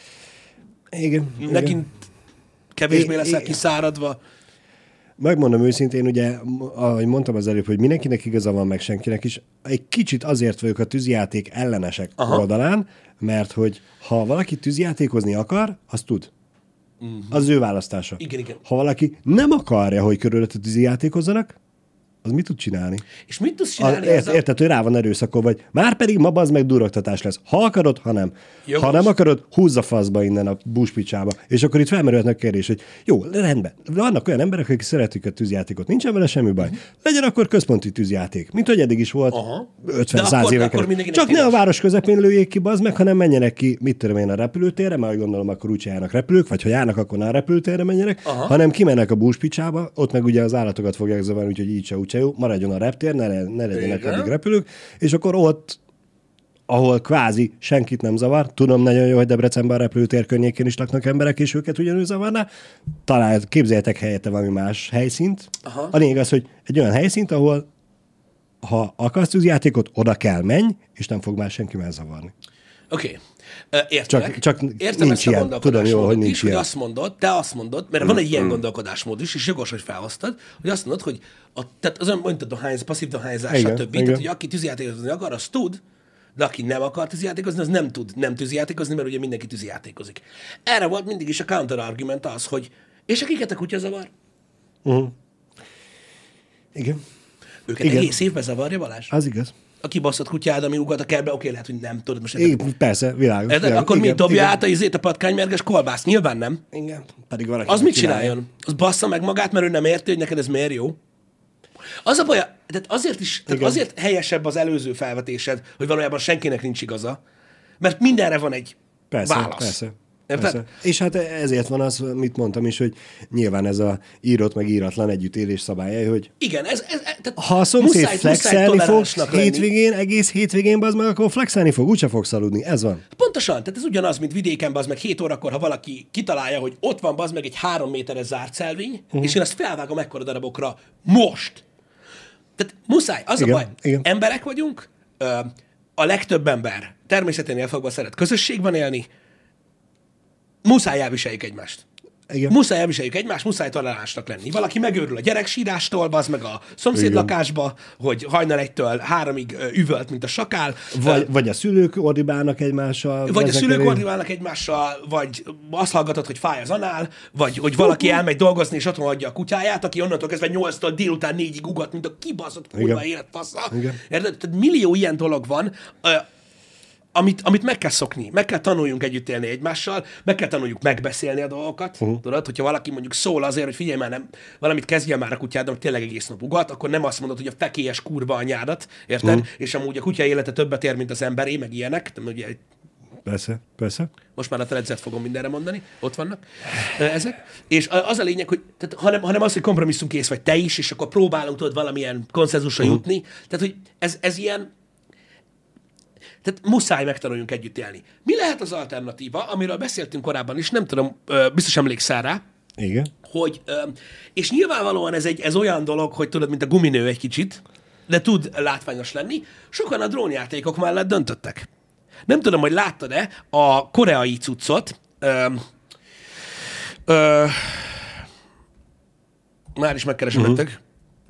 megint kevésbé leszel kiszáradva. Megmondom őszintén, ugye, ahogy mondtam az előbb, hogy mindenkinek igaza van, meg senkinek is, egy kicsit azért vagyok a tűzjáték ellenesek oldalán, mert hogy ha valaki tűzjátékozni akar, az tud. Az ő választása. Igen. Ha valaki nem akarja, hogy körülötte tűzjátékozzanak, az mit tud csinálni? És mit tudsz csinálni? Érted, hogy rá van erőszakol, vagy már pedig ma bazd meg duroktatás lesz. Ha akarod, ha nem. Jogos. Ha nem akarod, húzza faszba innen a buszpicsába. És akkor itt felmerülhetnek kérdés, hogy jó, rendben. Vannak olyan emberek, akik szeretik a tűzjátékot. Nincsen vele semmi baj. Legyen akkor központi tűzjáték. Mint hogy eddig is volt 50-100 éveken. Csak ne a város közepén lőjék ki, bazd meg, hanem menjenek ki, mit tudom én, a repülőtérre, mert gondolom, akkor úgy járnak repülők, vagy ha járnak, akkor a repülőtérre menjenek, hanem kimennek a buszpicsába, ott meg ugye az állatokat fogják zavarni, úgyhogy így se jó, maradjon a reptér, ne legyenek addig repülők, és akkor ott, ahol kvázi senkit nem zavar, tudom nagyon jó, hogy Debrecenben a repülőtér környékén is laknak emberek, és őket ugyanúgy zavarná, talán képzeljetek helyette valami más helyszínt. A lényeg az, hogy egy olyan helyszínt, ahol ha akarsz tűzjátékot, oda kell menj, és nem fog már senki már zavarni. Oké. Értelek. Csak értem ezt a gondolkodásmódot hogy is, hogy te azt mondod, mert van egy ilyen gondolkodásmód is, és jogos, hogy felhoztad, hogy azt mondod, hogy tehát az olyan, mondtad, passzív dohányzás, stb. Tehát, hogy aki tűzjátékozni akar, az tud, de aki nem akar tűzjátékozni, az nem tud nem tűzjátékozni, mert ugye mindenki tűzjátékozik. Erre volt mindig is a counter-argument az, hogy és akiket a kutya zavar? Igen. Őket egész évben zavarja, Balázs? Az igaz. A kibaszott kutyád, ami ugat a kertbe, oké, lehet, hogy nem tudod. Most persze, világos. Akkor mi dobja át a patkánymérges kolbászt? Nyilván nem. Igen. Pedig valaki az mit csináljon? Az bassza meg magát, mert ő nem érti, hogy neked ez miért jó. Az a baj, tehát azért helyesebb az előző felvetésed, hogy valójában senkinek nincs igaza, mert mindenre van egy válasz. Persze. És hát ezért van az, mit mondtam is, hogy nyilván ez a írott meg íratlan együttélés szabályai, hogy igen, ha a szomszéd flexelni fog hétvégén, egész hétvégén bazd meg, akkor flexelni fog, úgyse fogsz aludni. Ez van. Pontosan, tehát ez ugyanaz, mint vidéken bazd meg 7 órakor, ha valaki kitalálja, hogy ott van bazd meg egy 3 méteres zárt szelvény, és én azt felvágom ekkora darabokra most. Tehát muszáj, az igen, a baj, igen. Emberek vagyunk, a legtöbb ember természeténél fogva szeret közösségben élni, muszáj elviseljük egymást. Igen. Muszáj elviseljük egymást, muszáj toleránsnak lenni. Valaki megőrül a gyereksírástól, bazd meg a szomszéd lakásba, hogy hajnal 1-től 3-ig üvölt, mint a sakál. Vagy a szülők ordibálnak egymással. Vagy azt hallgatod, hogy fáj az anál, vagy hogy valaki elmegy dolgozni, és otthon hagyja a kutyáját, aki onnantól kezdve 8-tól délután 4-ig ugat, mint a kibaszott kurva életfasza. Tehát millió ilyen dolog van, amit meg kell szokni, meg kell tanuljunk együtt élni egymással, meg kell tanuljuk megbeszélni a dolgokat. Tudod, hogyha valaki mondjuk szól azért, hogy figyelj már, nem, valamit kezdjen már a kutyádon, tényleg egész nap ugat, akkor nem azt mondod, hogy a fekélyes kurva anyádat, érted? És amúgy a kutya élete többet ér, mint az emberé, meg ilyenek. Ugye, persze. Most már a teledzet fogom mindenre mondani, ott vannak ezek. És az a lényeg, hogy tehát, hanem az, hogy kompromisszumkész vagy te is, és akkor próbálunk tudod valamilyen konszenzusra jutni. Tehát, hogy ez ilyen. Tehát muszáj megtanuljunk együtt élni. Mi lehet az alternatíva, amiről beszéltünk korábban is, nem tudom, biztos emlékszel rá, igen. Hogy, és nyilvánvalóan ez olyan dolog, hogy tudod, mint a guminő egy kicsit, de tud látványos lenni. Sokan a drónjátékok mellett döntöttek. Nem tudom, hogy láttad-e a koreai cuccot. Már is megkeresem nektek.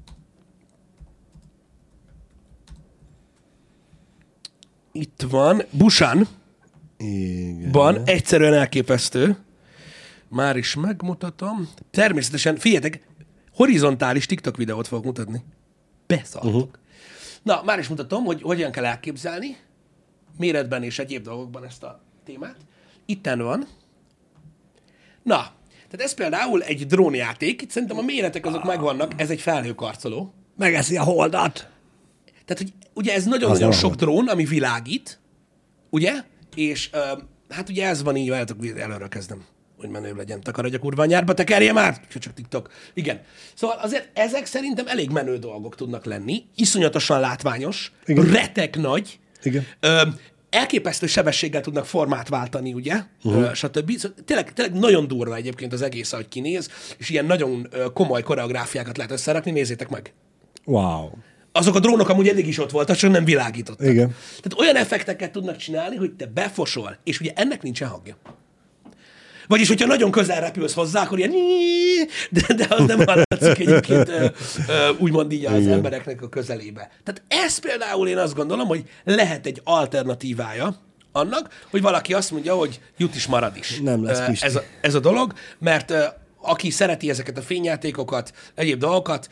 Itt van. Busan. Van. Egyszerűen elképesztő. Már is megmutatom. Természetesen, figyeljetek, horizontális TikTok videót fogok mutatni. Beszartok. Na, már is mutatom, hogy hogyan kell elképzelni méretben és egyéb dolgokban ezt a témát. Itten van. Na, tehát ez például egy drónjáték. Itt szerintem a méretek azok megvannak. Ez egy felhőkarcoló. Megeszi a holdat. Tehát, hogy ugye ez nagyon-nagyon sok drón, ami világít, ugye? És hát ugye ez van így, előre kezdem, hogy menőbb legyen. Takarodj a kurva anyárba, tekerje már! Csak TikTok. Igen. Szóval azért ezek szerintem elég menő dolgok tudnak lenni. Iszonyatosan látványos, retek nagy. Igen. Elképesztő sebességgel tudnak formát váltani, ugye? Stb. Szóval tényleg nagyon durva egyébként az egész, ahogy kinéz, és ilyen nagyon komoly koreográfiákat lehet összerakni, nézzétek meg. Wow. Azok a drónok amúgy eddig is ott voltak, csak nem világítottak. Igen. Tehát olyan effekteket tudnak csinálni, hogy te befosol, és ugye ennek nincsen hangja. Vagyis, hogyha nagyon közel repülsz hozzá, akkor ilyen de az nem hallatszik egyébként úgymond így az embereknek a közelébe. Tehát ez például én azt gondolom, hogy lehet egy alternatívája annak, hogy valaki azt mondja, hogy jut is marad is. Nem lesz ez a dolog, mert aki szereti ezeket a fényjátékokat, egyéb dolgokat,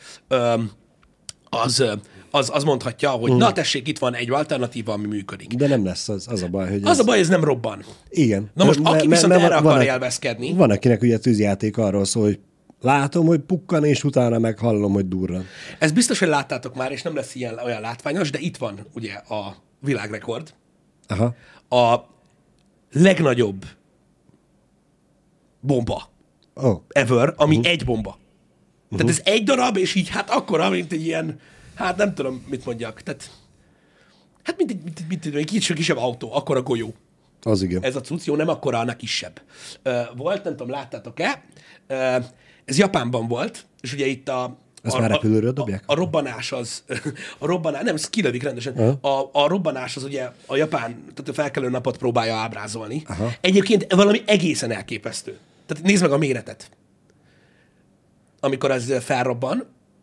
az mondhatja, hogy na tessék, itt van egy alternatíva, ami működik. De nem lesz az a baj, hogy az a baj, ez nem robban. Igen. Na most aki viszont erre akar élvezkedni. Van, akinek ugye tűzjáték arról szól, hogy látom, hogy pukkan, és utána meg hallom, hogy durran. Ez biztos, hogy láttátok már, és nem lesz olyan látványos, de itt van ugye a világrekord. Aha. A legnagyobb bomba ever, ami egy bomba. Tehát ez egy darab, és így hát akkora, mint egy ilyen, hát nem tudom, mit mondjak. Tehát, hát mint egy kisebb autó, akkora golyó. Az igen. Ez a cucc, jó, nem akkora, annak kisebb. Volt, nem tudom, láttátok-e? Ez Japánban volt, és ugye itt ezt már repülőről dobják? A robbanás az, nem, ez kilövik rendesen. A robbanás az ugye a japán, tehát a felkelő napot próbálja ábrázolni. Aha. Egyébként valami egészen elképesztő. Tehát nézd meg a méretet. Amikor az felrobban.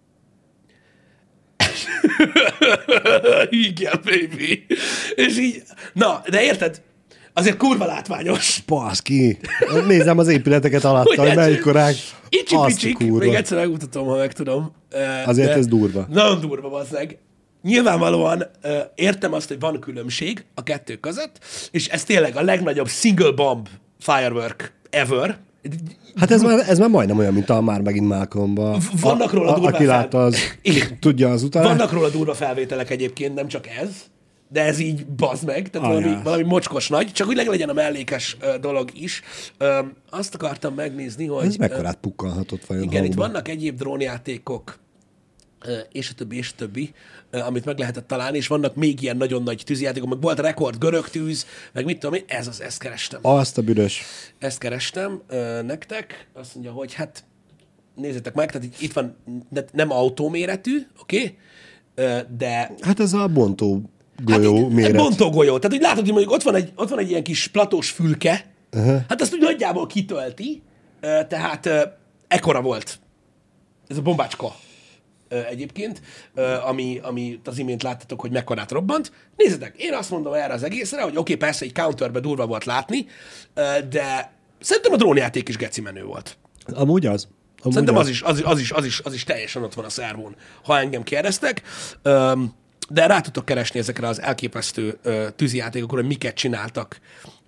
Igen, baby. És így, na, de érted? Azért kurva látványos. Baszki. Nézem az épületeket alatta, hogy melyikkorák. Icsi-picsik. Még egyszer megmutatom, ha meg tudom. Azért ez durva. Nagyon durva, bazzeg. Nyilvánvalóan értem azt, hogy van különbség a kettő között, és ez tényleg a legnagyobb single bomb firework ever. Hát ez már majdnem olyan, mint a már megint Malcolmban. Vannak róla durva aki látta, az tudja az utána. Vannak róla durva felvételek egyébként, nem csak ez, de ez így bazd meg, tehát valami mocskos nagy, csak hogy legyen a mellékes dolog is. Azt akartam megnézni, hogy... Ez mekkorát pukkanhatott vajon? Igen, itt vannak egyéb drónjátékok, és a többi, amit meg lehetett találni, és vannak még ilyen nagyon nagy tűzjátékok, meg volt rekord, görög tűz, meg mit tudom én, ezt kerestem. Azt a büdös. Ezt kerestem nektek, azt mondja, hogy hát nézzétek meg, tehát itt van nem autóméretű, oké? De... Hát ez a bontó golyó méret. Bontó golyó, tehát úgy látod, hogy mondjuk ott van egy ilyen kis platós fülke, hát azt úgy nagyjából kitölti, tehát ekkora volt ez a bombácska. Egyébként, ami az imént láttatok, hogy mekkorát robbant. Nézzétek, én azt mondom erre az egészre, hogy oké, persze egy counterbe durva volt látni, de szerintem a drónjáték is geci menő volt. Amúgy az. Szerintem az is teljesen ott van a szervón, ha engem kérdeztek. De rá tudtok keresni ezekre az elképesztő tűzijátékokra, hogy miket csináltak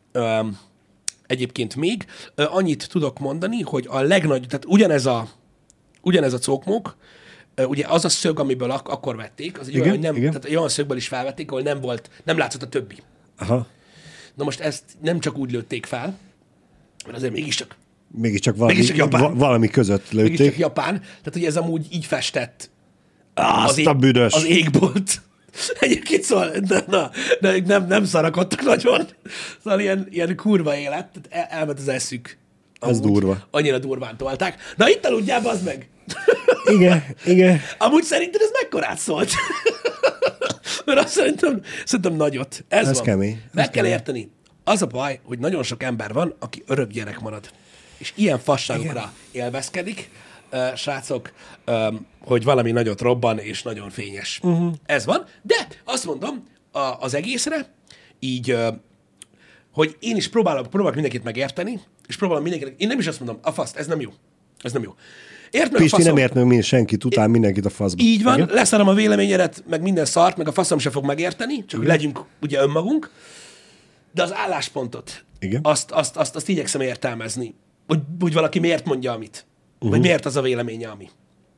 egyébként még. Annyit tudok mondani, hogy a legnagyobb, tehát ugyanez a cókmok, ugye az a szög, amiből akkor vették, az olyan, tehát olyan szögből is felvették, ahol nem látszott a többi. Aha. Na most ezt nem csak úgy lőtték fel, mert azért mégiscsak valami között lőtték. Mégiscsak Japán, tehát ugye ez amúgy így festett az égbolt. Egyébként szóval, de nem szarakodtak nagyon. Szóval ilyen kurva élet, tehát elment az eszük. Ez durva. Annyira durván tolták. Na itt aludjál, bazd meg! Igen. Amúgy szerinted ez mekkorát szólt? Mert azt szerintem nagyot. Ez van. Kemény. Meg kell érteni. Az a baj, hogy nagyon sok ember van, aki örök gyerek marad. És ilyen fasságokra élvezkedik, srácok, hogy valami nagyot robban, és nagyon fényes. Ez van. De azt mondom, az egészre, így, hogy én is próbálok mindenkit megérteni, és próbálom mindenkinek, én nem is azt mondom, a faszt, ez nem jó. Ez nem jó. Pisti nem ért meg senkit után mindenkit a faszba. Így van, leszarom a véleményedet, meg minden szart, meg a faszom se fog megérteni, csak hogy legyünk ugye önmagunk, de az álláspontot, azt igyekszem értelmezni, hogy valaki miért mondja amit, vagy miért az a véleménye, ami.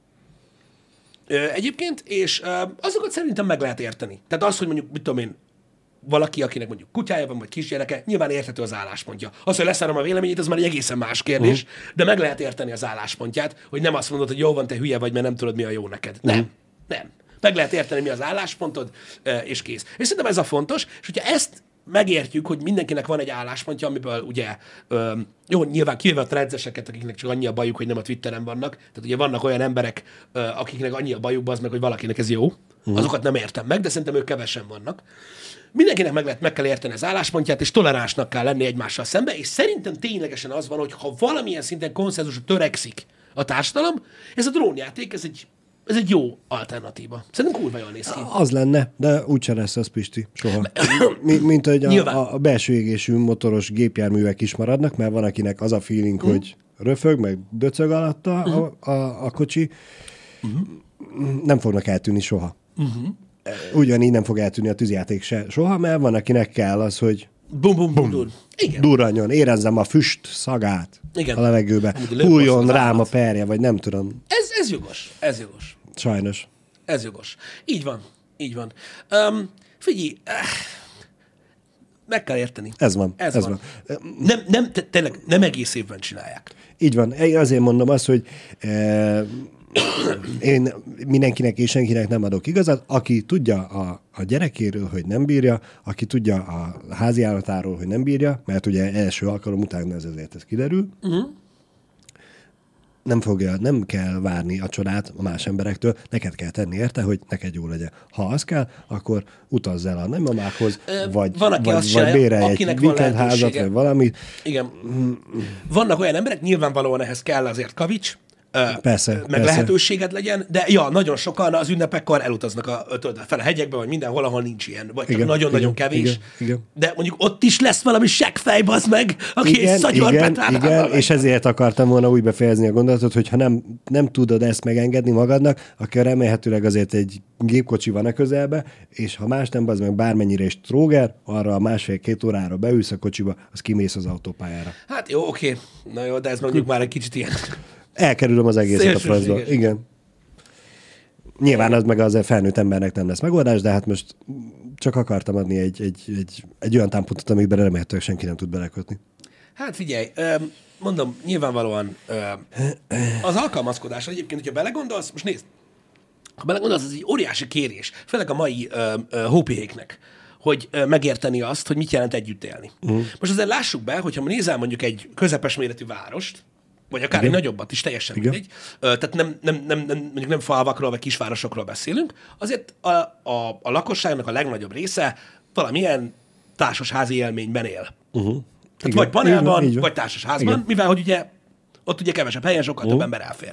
Egyébként, és azokat szerintem meg lehet érteni. Tehát az, hogy mondjuk, mit tudom én, valaki, akinek mondjuk kutyája van, vagy kisgyereke, nyilván érthető az álláspontja. Az, hogy leszárom a véleményét, az már egy egészen más kérdés, de meg lehet érteni az álláspontját, hogy nem azt mondod, hogy jó van, te hülye vagy, mert nem tudod, mi a jó neked. Nem. Meg lehet érteni, mi az álláspontod, és kész. És szerintem ez a fontos, és hogyha ezt megértjük, hogy mindenkinek van egy álláspontja, amiből ugye, jó, nyilván kivéve a tredzeseket, akiknek csak annyi a bajuk, hogy nem a Twitteren vannak, tehát ugye vannak olyan emberek, akiknek annyi a bajuk, az meg, hogy valakinek ez jó, azokat nem értem meg, de szerintem ők kevesen vannak. Mindenkinek meg kell érteni az álláspontját, és toleránsnak kell lenni egymással szembe, és szerintem ténylegesen az van, hogy ha valamilyen szinten konszenzusra törekszik a társadalom, ez a drónjáték, ez egy jó alternatíva. Szerintem kurva jól néz ki. Az lenne, de úgyse lesz az, Pisti, soha. Mint hogy a belső égésű motoros gépjárművek is maradnak, mert van, akinek az a feeling, hogy röfög, meg döcög alatta a kocsi. Nem fognak eltűnni soha. Ugyanígy nem fog eltűnni a tűzjáték se soha, mert van, akinek kell az, hogy bum. durranjon, érezzem a füst szagát a levegőbe, hújjon rám a perje, vagy nem tudom. Ez jogos. Sajnos. Ez jogos. Így van. Figyelj, meg kell érteni. Ez van. Tényleg nem egész évben csinálják. Így van. Én azért mondom azt, hogy én mindenkinek és senkinek nem adok igazat. Aki tudja a gyerekéről, hogy nem bírja, aki tudja a háziállatáról, hogy nem bírja, mert ugye első alkalom után ezért ez kiderül, nem kell várni a csodát a más emberektől, neked kell tenni érte, hogy neked jó legyen. Ha az kell, akkor utazz el a nagymamákhoz, vagy bérelj egy weekendházat, vagy valamit. Igen. Vannak olyan emberek, nyilvánvalóan ehhez kell azért kavics, persze. Lehetőséged legyen, de nagyon sokan az ünnepekkor elutaznak fel a hegyekbe, vagy mindenhol, ahol nincs ilyen, vagy csak nagyon-nagyon kevés. Igen. De mondjuk ott is lesz valami seggfej, bazd meg, aki egy szagyorbetánál. Igen, és ezért akartam volna úgy befejezni a gondolatot, hogy ha nem tudod ezt megengedni magadnak, akkor remélhetőleg azért egy gépkocsi van a közelbe, és ha más nem, bazd meg bármennyire is tróger, arra a 1,5-2 órára beülsz a kocsiba, az kimész az autópályára. Hát jó, oké. Na jó, de ez mondjuk már egy kicsit ilyen... Elkerülöm az egészet a francba. Igen. Nyilván az meg az felnőtt embernek nem lesz megoldás, de hát most csak akartam adni egy olyan támpontot, amiben remélhetőleg senki nem tud belekötni. Hát figyelj, mondom, nyilvánvalóan az alkalmazkodás egyébként, hogyha belegondolsz, most nézd, ha belegondolsz, ez egy óriási kérés, főleg a mai hópihéknek, hogy megérteni azt, hogy mit jelent együtt élni. Most azért lássuk be, hogyha nézel mondjuk egy közepes méretű várost, vagy akár egy nagyobbat is, teljesen mindegy. Tehát mondjuk nem falvakról, vagy kisvárosokról beszélünk, azért a lakosságnak a legnagyobb része valamilyen társasházi élményben él. Tehát vagy panelban, vagy társasházban, mivel hogy ugye ott ugye kevesebb helyen sokkal több ember elfér.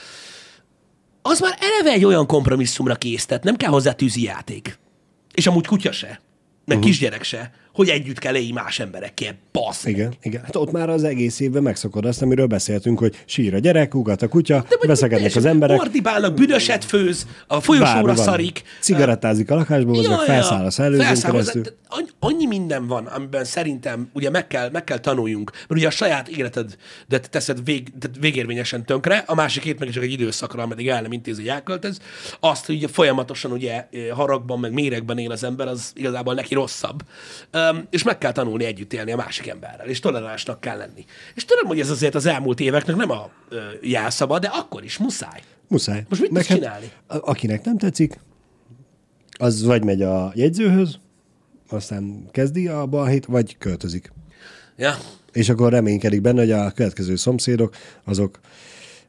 Az már eleve egy olyan kompromisszumra kész, tehát nem kell hozzá tűzi játék. És amúgy kutya se, meg kisgyerek se, hogy együtt kell élni más emberekkel. Basz. Igen. Hát ott már az egész évben megszokod azt, amiről beszéltünk, hogy sír a gyerek, ugat a kutya, veszekednek az emberek. Ordibálnak, büdöset főz, a folyosóra szarik. Cigarettázik a lakásból, vagy felszáll a szellőzőn keresztül. Annyi minden van, amiben szerintem ugye meg kell tanuljunk, mert ugye a saját életedet teszed végérvényesen tönkre, a másikét meg csak egy időszakra, ameddig el nem intézi, hogy elköltöz. Azt, hogy ugye folyamatosan ugye haragban, meg méregben él az ember, az igazából neki rosszabb. És meg kell tanulni együtt élni a másik emberrel, és toleránsnak kell lenni. És tudom, hogy ez azért az elmúlt éveknek nem a jelszava, de akkor is muszáj. Muszáj. Most mit tudsz csinálni? Akinek nem tetszik, az vagy megy a jegyzőhöz, aztán kezdi a balhét, vagy költözik. Ja. És akkor reménykedik benne, hogy a következő szomszédok, azok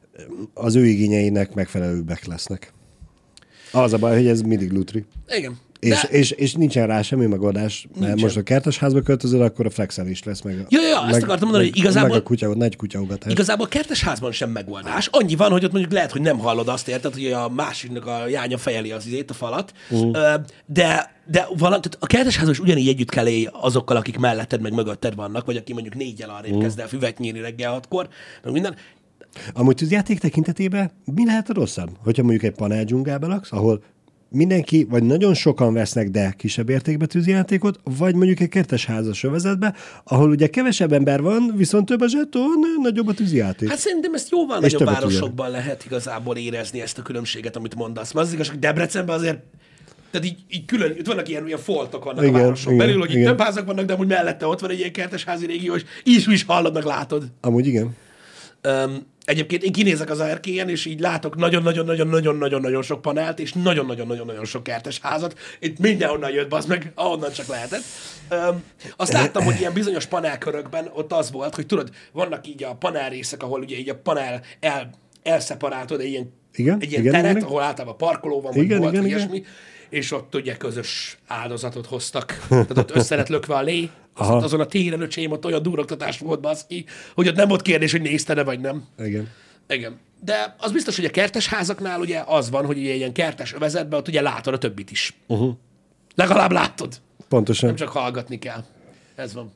az ő igényeinek megfelelőbbek lesznek. Az a baj, hogy ez mindig lutri. És nincsen rá semmi megoldás, mert nincsen. Most a kertesházba költözöl, akkor a flexel is lesz meg. Ezt akartam mondani, hogy igazából... Meg a nagy kutyaugatás. Igazából a kertesházban sem megoldás. Annyi van, hogy ott mondjuk lehet, hogy nem hallod azt, érted, hogy a másiknak a jánya fejeli az izét, a falat, de a kertesházban is ugyanígy együtt kell élni azokkal, akik melletted meg mögötted vannak, vagy aki mondjuk 4-jel arrébb kezd el füvet nyírni reggel 6-kor, meg minden. Amúgy tűzjáték tekintetében mi lehet a rosszabb? Hogyha mondjuk egy panel dzsungelben laksz, ahol mindenki, vagy nagyon sokan vesznek, de kisebb értékbe tűzjátékot, vagy mondjuk egy kertesházas övezetbe, ahol ugye kevesebb ember van, viszont több a zseton, nagyobb a tűzjáték. Hát szerintem ezt jóval nagyobb városokban lehet igazából érezni ezt a különbséget, amit mondasz. Mert az igaz, hogy Debrecenben azért, tehát így külön, itt vannak ilyen foltok vannak a városok belül, hogy itt több házak vannak, de amúgy mellette ott van egy ilyen kertesházi régió, és így is hallod, meg látod. Amúgy igen. Egyébként én kinézek az erkélyen, és így látok nagyon-nagyon-nagyon-nagyon-nagyon sok panelt, és nagyon-nagyon-nagyon-nagyon sok kertes házat. Itt mindenhonnan jött, bazd meg, ahonnan csak lehetett. Azt láttam, hogy ilyen bizonyos panelkörökben ott az volt, hogy tudod, vannak így a panel részek, ahol ugye így a panel elszeparáltod egy ilyen teret, ahol általában parkoló van, vagy volt, vagy ilyesmi, és ott ugye közös áldozatot hoztak. Tehát ott össze lett lökve a lé, azon a téren, öcsém, ott olyan durogtatás volt, baszki, hogy ott nem volt kérdés, hogy nézted-e, vagy nem. Igen. De az biztos, hogy a kertes házaknál ugye az van, hogy ugye ilyen kertes övezetben ott ugye látod a többit is. Legalább látod. Pontosan. Nem csak hallgatni kell. Ez van.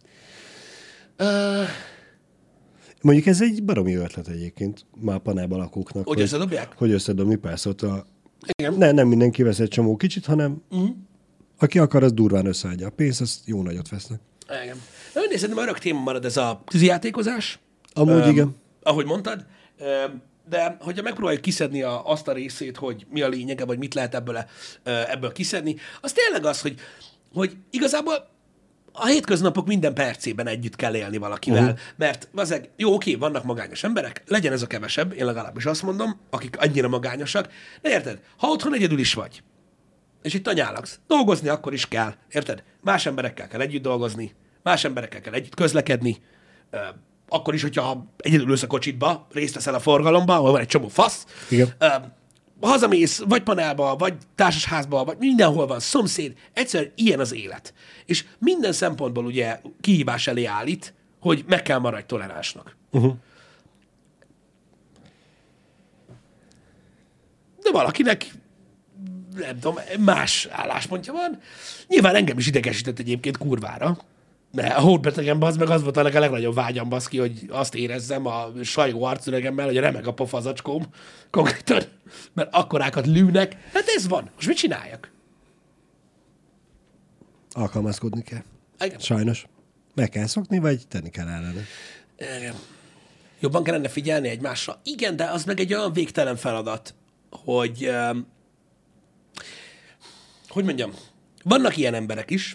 Mondjuk ez egy baromi ötlet egyébként már a panelban lakóknak. Hogy összedobják? Hogy összedobni, persze ott nem mindenki vesz egy csomó kicsit, hanem aki akar, az durván összeadja a pénzt, az jó nagyot vesznek. Igen. Én szerintem örök téma marad ez a tűzijátékozás. Amúgy igen. Ahogy mondtad. De hogyha megpróbáljuk kiszedni azt a részét, hogy mi a lényege, vagy mit lehet ebből kiszedni, az tényleg az, hogy igazából a hétköznapok minden percében együtt kell élni valakivel, mert azért, jó, oké, vannak magányos emberek, legyen ez a kevesebb, én legalábbis azt mondom, akik annyira magányosak, de érted, ha otthon egyedül is vagy, és itt anyálagsz, dolgozni akkor is kell, érted? Más emberekkel kell együtt dolgozni, más emberekkel kell együtt közlekedni, akkor is, hogyha egyedül ülsz a kocsitba, részt veszel a forgalomba, ahol van egy csomó fasz, hazamész, vagy panelba, vagy társasházba, vagy mindenhol van szomszéd, egyszerűen ilyen az élet. És minden szempontból ugye kihívás elé állít, hogy meg kell maradj toleránsnak. De valakinek, nem tudom, más álláspontja van. Nyilván engem is idegesített egyébként kurvára. Mert a hódbetegemben az volt a legnagyobb vágyam, baszki, hogy azt érezzem a sajgó arcüregemmel, hogy remeg a pofazacskóm konkrétan, mert akkorákat lűnek. Hát ez van. Most mit csináljak? Alkalmazkodni kell. Igen. Sajnos. Meg kell szokni, vagy tenni kell ellene. Igen. Jobban kellene figyelni egymásra. Igen, de az meg egy olyan végtelen feladat, hogy mondjam, vannak ilyen emberek is,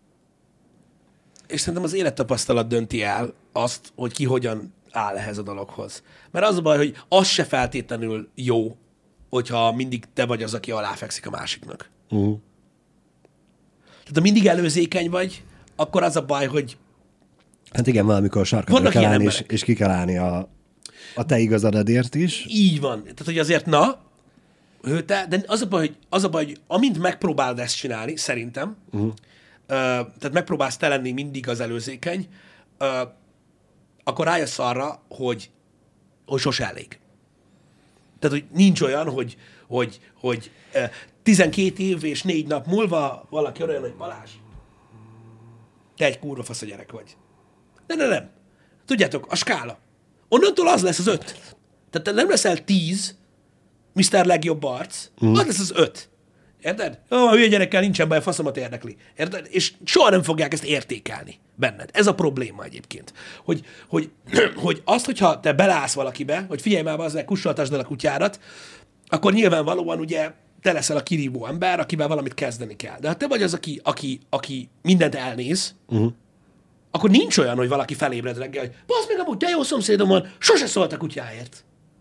és szerintem az élettapasztalat dönti el azt, hogy ki hogyan áll ehhez a dologhoz. Mert az a baj, hogy az se feltétlenül jó, hogyha mindig te vagy az, aki aláfekszik a másiknak. Tehát ha mindig előzékeny vagy, akkor az a baj, hogy... Hát igen, valamikor sarkadra kell állni, és ki kell állni a te igazadért is. Így van. Tehát, hogy azért de az a baj, hogy amint megpróbálod ezt csinálni, szerintem, tehát megpróbálsz te lenni mindig az előzékeny, akkor rájössz arra, hogy sose elég. Tehát, hogy nincs olyan, hogy 12 év és 4 nap múlva valaki olyan, hogy Balázs, te egy kurva fasz a gyerek vagy. Nem. Tudjátok, a skála. Onnantól az lesz az 5. Tehát te nem leszel 10, Mr. Legjobb arc, az lesz az 5. Érted? A hülye gyerekkel nincsen baj, a faszomat érdekli. Érted? És soha nem fogják ezt értékelni benned. Ez a probléma egyébként. Hogy azt, hogyha te beleállsz valakibe, hogy figyelj már, azzal kussoltasd el a kutyárat, akkor nyilvánvalóan ugye te leszel a kirívó ember, akivel valamit kezdeni kell. De ha te vagy az, aki mindent elnéz, akkor nincs olyan, hogy valaki felébred reggel, hogy bazd meg, amúgy de jó szomszédom van, sose szólt a kutyáért.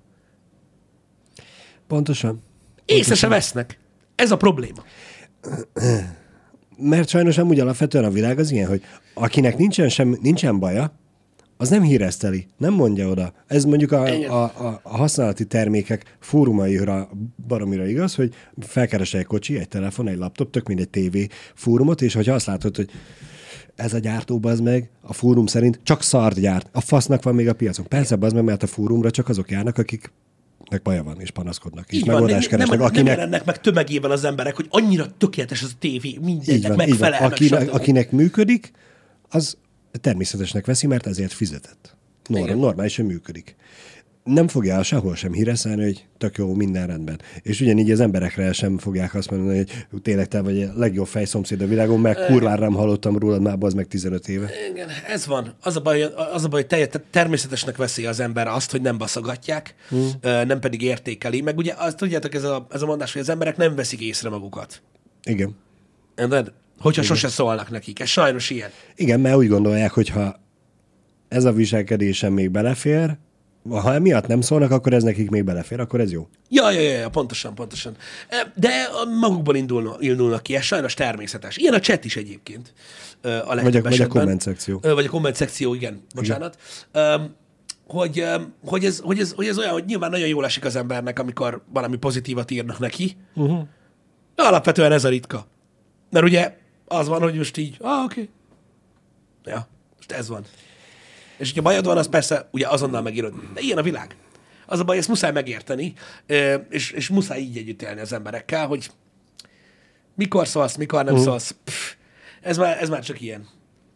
Pontosan. Észre se vesznek. Ez a probléma. Mert sajnos amúgy alapvetően a világ az ilyen, hogy akinek nincsen baja, az nem híreszteli, nem mondja oda. Ez mondjuk a használati termékek fórumaira baromira igaz, hogy felkeresel egy kocsi, egy telefon, egy laptop, tök mindegy TV fórumot, és hogyha azt látod, hogy ez a gyártó, bazd meg, a fórum szerint csak szart gyárt. A fasznak van még a piacon. Persze, bazd meg, mert a fórumra csak azok járnak, akiknek baja van, és panaszkodnak. És megoldást keresnek. Nem jelennek meg tömegével az emberek, hogy annyira tökéletes az a tévé, mindennek megfelel. Akinek működik, az természetesnek veszi, mert ezért fizetett. Normálisan működik. Nem fogja sehol sem híreszelni, hogy tök jó, minden rendben. És ugyanígy az emberekre sem fogják azt mondani, hogy tényleg te vagy a legjobb fejszomszéd a világon, mert kurvára nem hallottam rólad már, az meg 15 éve. Igen, ez van. Az a baj, hogy természetesnek veszi az ember azt, hogy nem baszogatják, nem pedig értékeli. Meg ugye azt tudjátok, ez a mondás, hogy az emberek nem veszik észre magukat. Igen. Hogyha sose szólnak nekik. Ez sajnos ilyen. Igen, mert úgy gondolják, hogyha ez a viselkedésem még belefér, ha emiatt nem szólnak, akkor ez nekik még belefér, akkor ez jó. Ja, pontosan. De magukból indulnak ki, ez sajnos természetes. Ilyen a chat is egyébként. Vagy a komment szekció. Vagy a komment szekció, igen. Bocsánat. Igen. Hogy ez olyan, hogy nyilván nagyon jól esik az embernek, amikor valami pozitívat írnak neki. De alapvetően ez a ritka. Mert ugye az van, hogy most így, oké. Ja, most ez van. És hogyha bajod van, az persze ugye azonnal megírod. De ilyen a világ. Az a baj, ezt muszáj megérteni, és muszáj így együtt élni az emberekkel, hogy mikor szólsz, mikor nem szólsz. Ez már csak ilyen.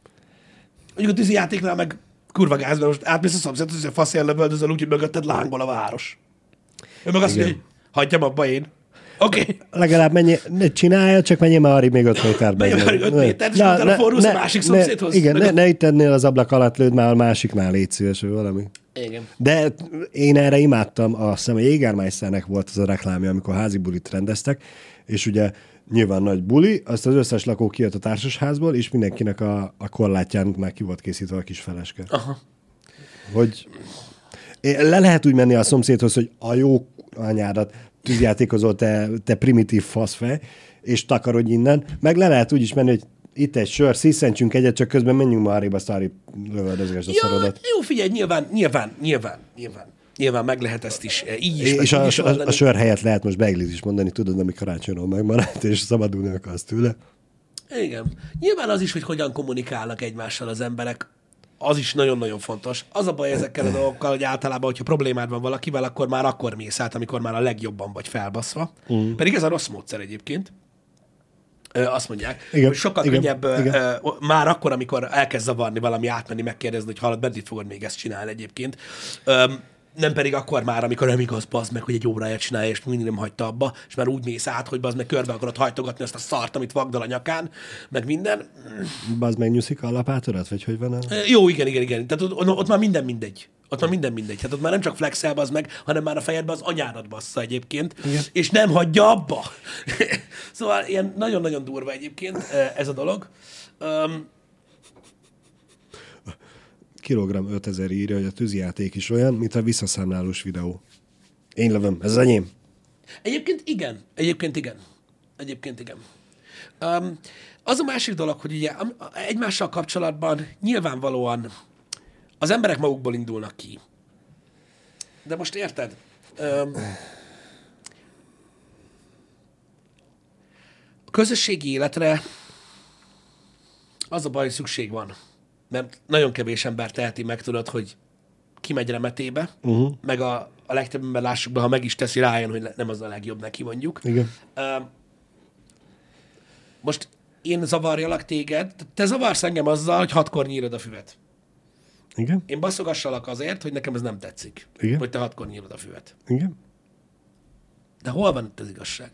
Mondjuk a tűzijátéknál meg kurva gáz, mert most átmész a szomszédhoz, hogy a faszél lövöldözöl úgy, hogy mögötted lángol a város. Ő meg azt mondja, hogy hagyjam abba én. Oké. Okay. Legalább ne csinálja, csak menjél már arrébb még 5 méterbe. Menjél már 5 métert, és utána fordulsz a másik szomszédhoz. Igen, ne itt ennél az ablak alatt, lőd már a másiknál, légy szíves, vagy valami. Igen. De én erre imádtam, azt hiszem, hogy Jägermeisternek volt az a reklámja, amikor házi bulit rendeztek, és ugye nyilván nagy buli, azt az összes lakó kijött a társasházból, és mindenkinek a korlátján már ki volt készítve a kis feleske. Aha. Hogy le lehet úgy menni a szomszédhoz, hogy a jó anyádat tűzjátékozol, te primitív faszfej, és takarodj innen, meg le lehet úgy is menni, hogy itt egy sör, sziszentsünk egyet, csak közben menjünk már arrébb, azt arrébb lövöldözgesd a szorodat. Jó, figyelj, nyilván meg lehet ezt is így is. És a sör helyett lehet most beiglit is mondani, tudod, ami karácsonyról megmaradt, és szabadulni akarsz tőle. Igen. Nyilván az is, hogy hogyan kommunikálnak egymással az emberek, az is nagyon-nagyon fontos. Az a baj ezekkel a dolgokkal, hogy általában, hogyha problémád van valakivel, akkor mész át, amikor már a legjobban vagy felbaszva. Pedig ez a rossz módszer egyébként. Azt mondják, igen, hogy sokkal könnyebb már akkor, amikor elkezd zavarni valami, átmenni, megkérdezni, hogy hallod, meddig fogod még ezt csinálni egyébként. Nem pedig akkor már, amikor nem igaz, bazd meg, hogy egy óráját csinálja, és mindig nem hagyta abba, és már úgy mész át, hogy bazd meg körbe akarod hajtogatni azt a szart, amit vagdal a nyakán, meg minden. Bazd meg nyuszik a lapátodat, vagy hogy van? Jó, igen. Tehát ott már minden mindegy. Hát ott már nem csak flexel, bazd meg, hanem már a fejedbe az anyádat bassza egyébként, igen. És nem hagyja abba. Szóval ilyen nagyon-nagyon durva egyébként ez a dolog. Kilogramm 5000 írja, hogy a tűzijáték is olyan, mint a visszaszámlálós videó. Én lövöm, ez az enyém. Egyébként igen. Az a másik dolog, hogy ugye egymással kapcsolatban nyilvánvalóan az emberek magukból indulnak ki. De most érted? A közösségi életre az a baj, hogy szükség van. Mert nagyon kevés ember teheti meg, tudod, hogy kimegy remetébe, meg a legtöbb ember, lássuk be, ha meg is teszi, rájön, hogy nem az a legjobb neki, mondjuk. Igen. Most én zavarjalak téged, te zavarsz engem azzal, hogy 6-kor nyírod a füvet. Igen. Én baszogassalak azért, hogy nekem ez nem tetszik. Igen. Hogy te 6-kor nyírod a füvet. Igen. De hol van itt az igazság?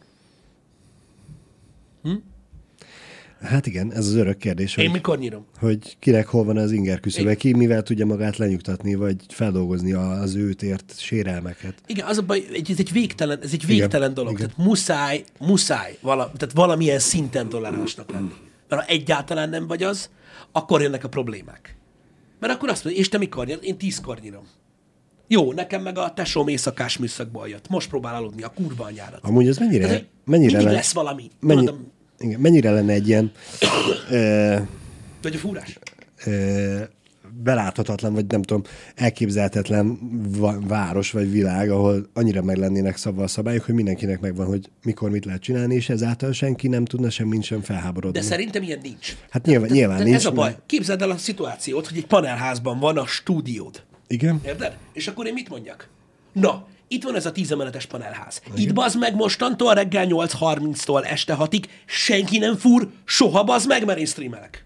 Hát igen, ez az örök kérdés. Én mikor nyírom? Hogy kinek hol van az inger küszöbe, ki mivel tudja magát lenyugtatni, vagy feldolgozni az őt ért sérelmeket. Igen, az a baj, ez egy végtelen dolog. Igen. Tehát muszáj tehát valamilyen szinten toleránsnak lenni. Mert ha egyáltalán nem vagy az, akkor jönnek a problémák. Mert akkor azt mondja, és te mikor nyírod? Én 10-kor nyírom. Jó, nekem meg a tesóm éjszakás műszakból jött. Most próbál aludni a kurva anyárat. Amúgy ez mennyire mindig lesz valami. Igen, mennyire lenne egy ilyen... Vagy a fúrás? beláthatatlan, vagy nem tudom, elképzelhetetlen város vagy világ, ahol annyira meg lennének szabva a szabályok, hogy mindenkinek megvan, hogy mikor mit lehet csinálni, és ezáltal senki nem tudna semmit sem felháborodni. De szerintem ilyen nincs. Hát nyilván nincs. Ez a baj. Képzeld el a szituációt, hogy egy panelházban van a stúdiód. Igen. Érted? És akkor én mit mondjak? Na, itt van ez a 10 emeletes panelház. Igen. Itt bazd meg mostantól reggel 8:30-tól este 6-ig senki nem fúr, soha bazd meg, mert én streamelek.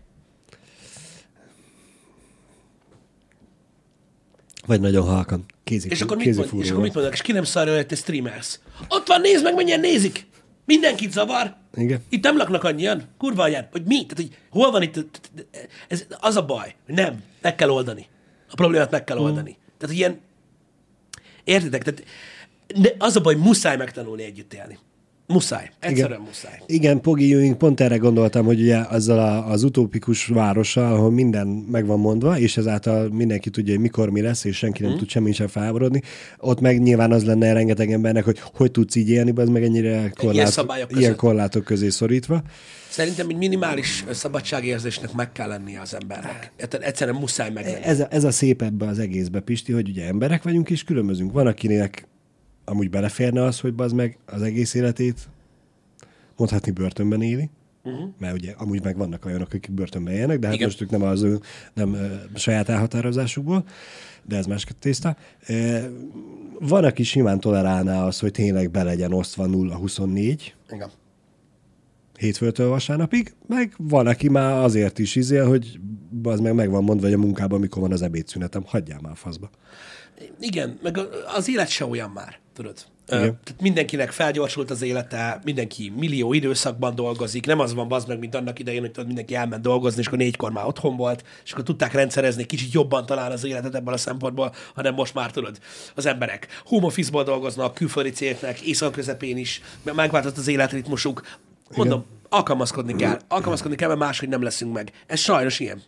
Vagy nagyon halkan. És akkor mit mondanak? És ki nem szarja, hogy te streamelsz? Ott van, nézd meg, mennyien nézik! Mindenkit zavar. Igen. Itt nem laknak annyian. Kurva anyán. Hogy mi? Tehát, hogy hol van itt? Ez az a baj. Nem. Meg kell oldani. A problémát meg kell oldani. Tehát ilyen... Értitek? Tehát az a baj, muszáj megtanulni együtt élni. Muszáj. Egyszerűen muszáj. Igen, Pogi Ewing, pont erre gondoltam, hogy ugye azzal az utópikus várossal, ahol minden meg van mondva, és ezáltal mindenki tudja, hogy mikor mi lesz, és senki nem tud semmi sem felháborodni. Ott meg nyilván az lenne rengeteg embernek, hogy tudsz így élni, az meg ennyire ilyen korlátok közé szorítva. Szerintem egy minimális szabadságérzésnek meg kell lennie az embernek. Egyszerűen muszáj meglenni. Ez a szép ebbe az egészbe, Pisti, hogy ugye emberek vagyunk és különbözünk. Van, akinek amúgy beleférne az, hogy bazd meg az egész életét mondhatni börtönben éli, mert ugye amúgy meg vannak olyanok, akik börtönben élnek, de hát most ők nem saját elhatározásukból, de ez más tészta. Van, aki simán tolerálná az, hogy tényleg be legyen osztva 0-24. Igen. Hétfőtől vasárnapig, meg van, aki már azért is izél, hogy az meg van mondva, hogy a munkában mikor van az ebédszünetem, hagyjál már faszba. Igen, meg az élet se olyan már, tudod. Tehát mindenkinek felgyorsult az élete, mindenki millió időszakban dolgozik, nem az van bazd meg, mint annak idején, hogy mindenki elment dolgozni, és akkor 4-kor már otthon volt, és akkor tudták rendszerezni kicsit jobban talán az életet ebből a szempontból, hanem most már tudod, az emberek home office-ból dolgoznak, külföldi cégeknek, éjszaka közepén is, megváltozott az életritmusuk. Mondom, alkalmazkodni kell, mert máshogy nem leszünk meg. Ez sajnos ilyen.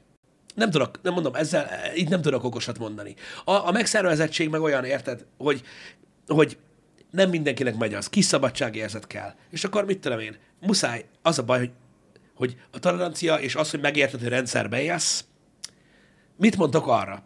Itt nem tudok okosat mondani. A megszervezettség meg olyan, érted, hogy nem mindenkinek megy az, kis szabadságérzet kell. És akkor mit tudom én, muszáj, az a baj, hogy a tolerancia és az, hogy megérted, hogy rendszerbe élsz, mit mondtok arra?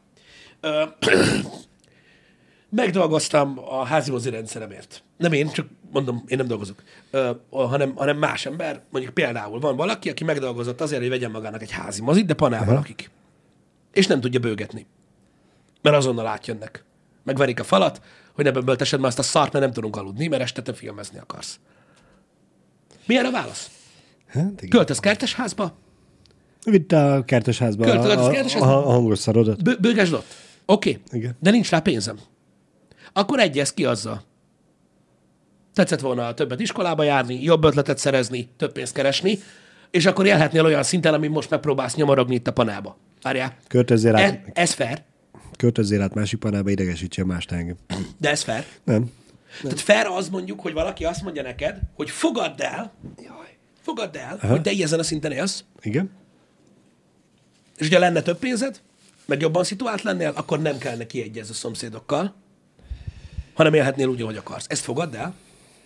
Megdolgoztam a házimozi rendszeremért. Nem én, csak mondom, én nem dolgozok, hanem más ember, mondjuk például van valaki, aki megdolgozott azért, hogy vegyen magának egy házimozit, de panelban lakik. És nem tudja bőgetni. Mert azonnal átjönnek. Megverik a falat, hogy ne bömböltesed már azt a szart, mert nem tudunk aludni, mert este te filmezni akarsz. Mi erre a válasz? Költöz kertesházba? Vitt a kertesházba a hangos szarodat. Bőgesd ott. Oké. De nincs rá pénzem. Akkor egyez ki azzal. Tetszett volna többet iskolába járni, jobb ötletet szerezni, több pénzt keresni, és akkor élhetnél olyan szinten, amin most megpróbálsz nyomorogni itt a panelba. Várjál. Ez fair. Költözzél át másik panelba, idegesítsél mást engem. De ez fair? Nem. Tehát fair az mondjuk, hogy valaki azt mondja neked, hogy fogadd el, hogy te ezen a szinten élsz. Igen. És ugye lenne több pénzed, meg jobban szituált lennél, akkor nem kellene kiegyezni a szomszédokkal, hanem élhetnél úgy, ahogy akarsz. Ezt fogadd el.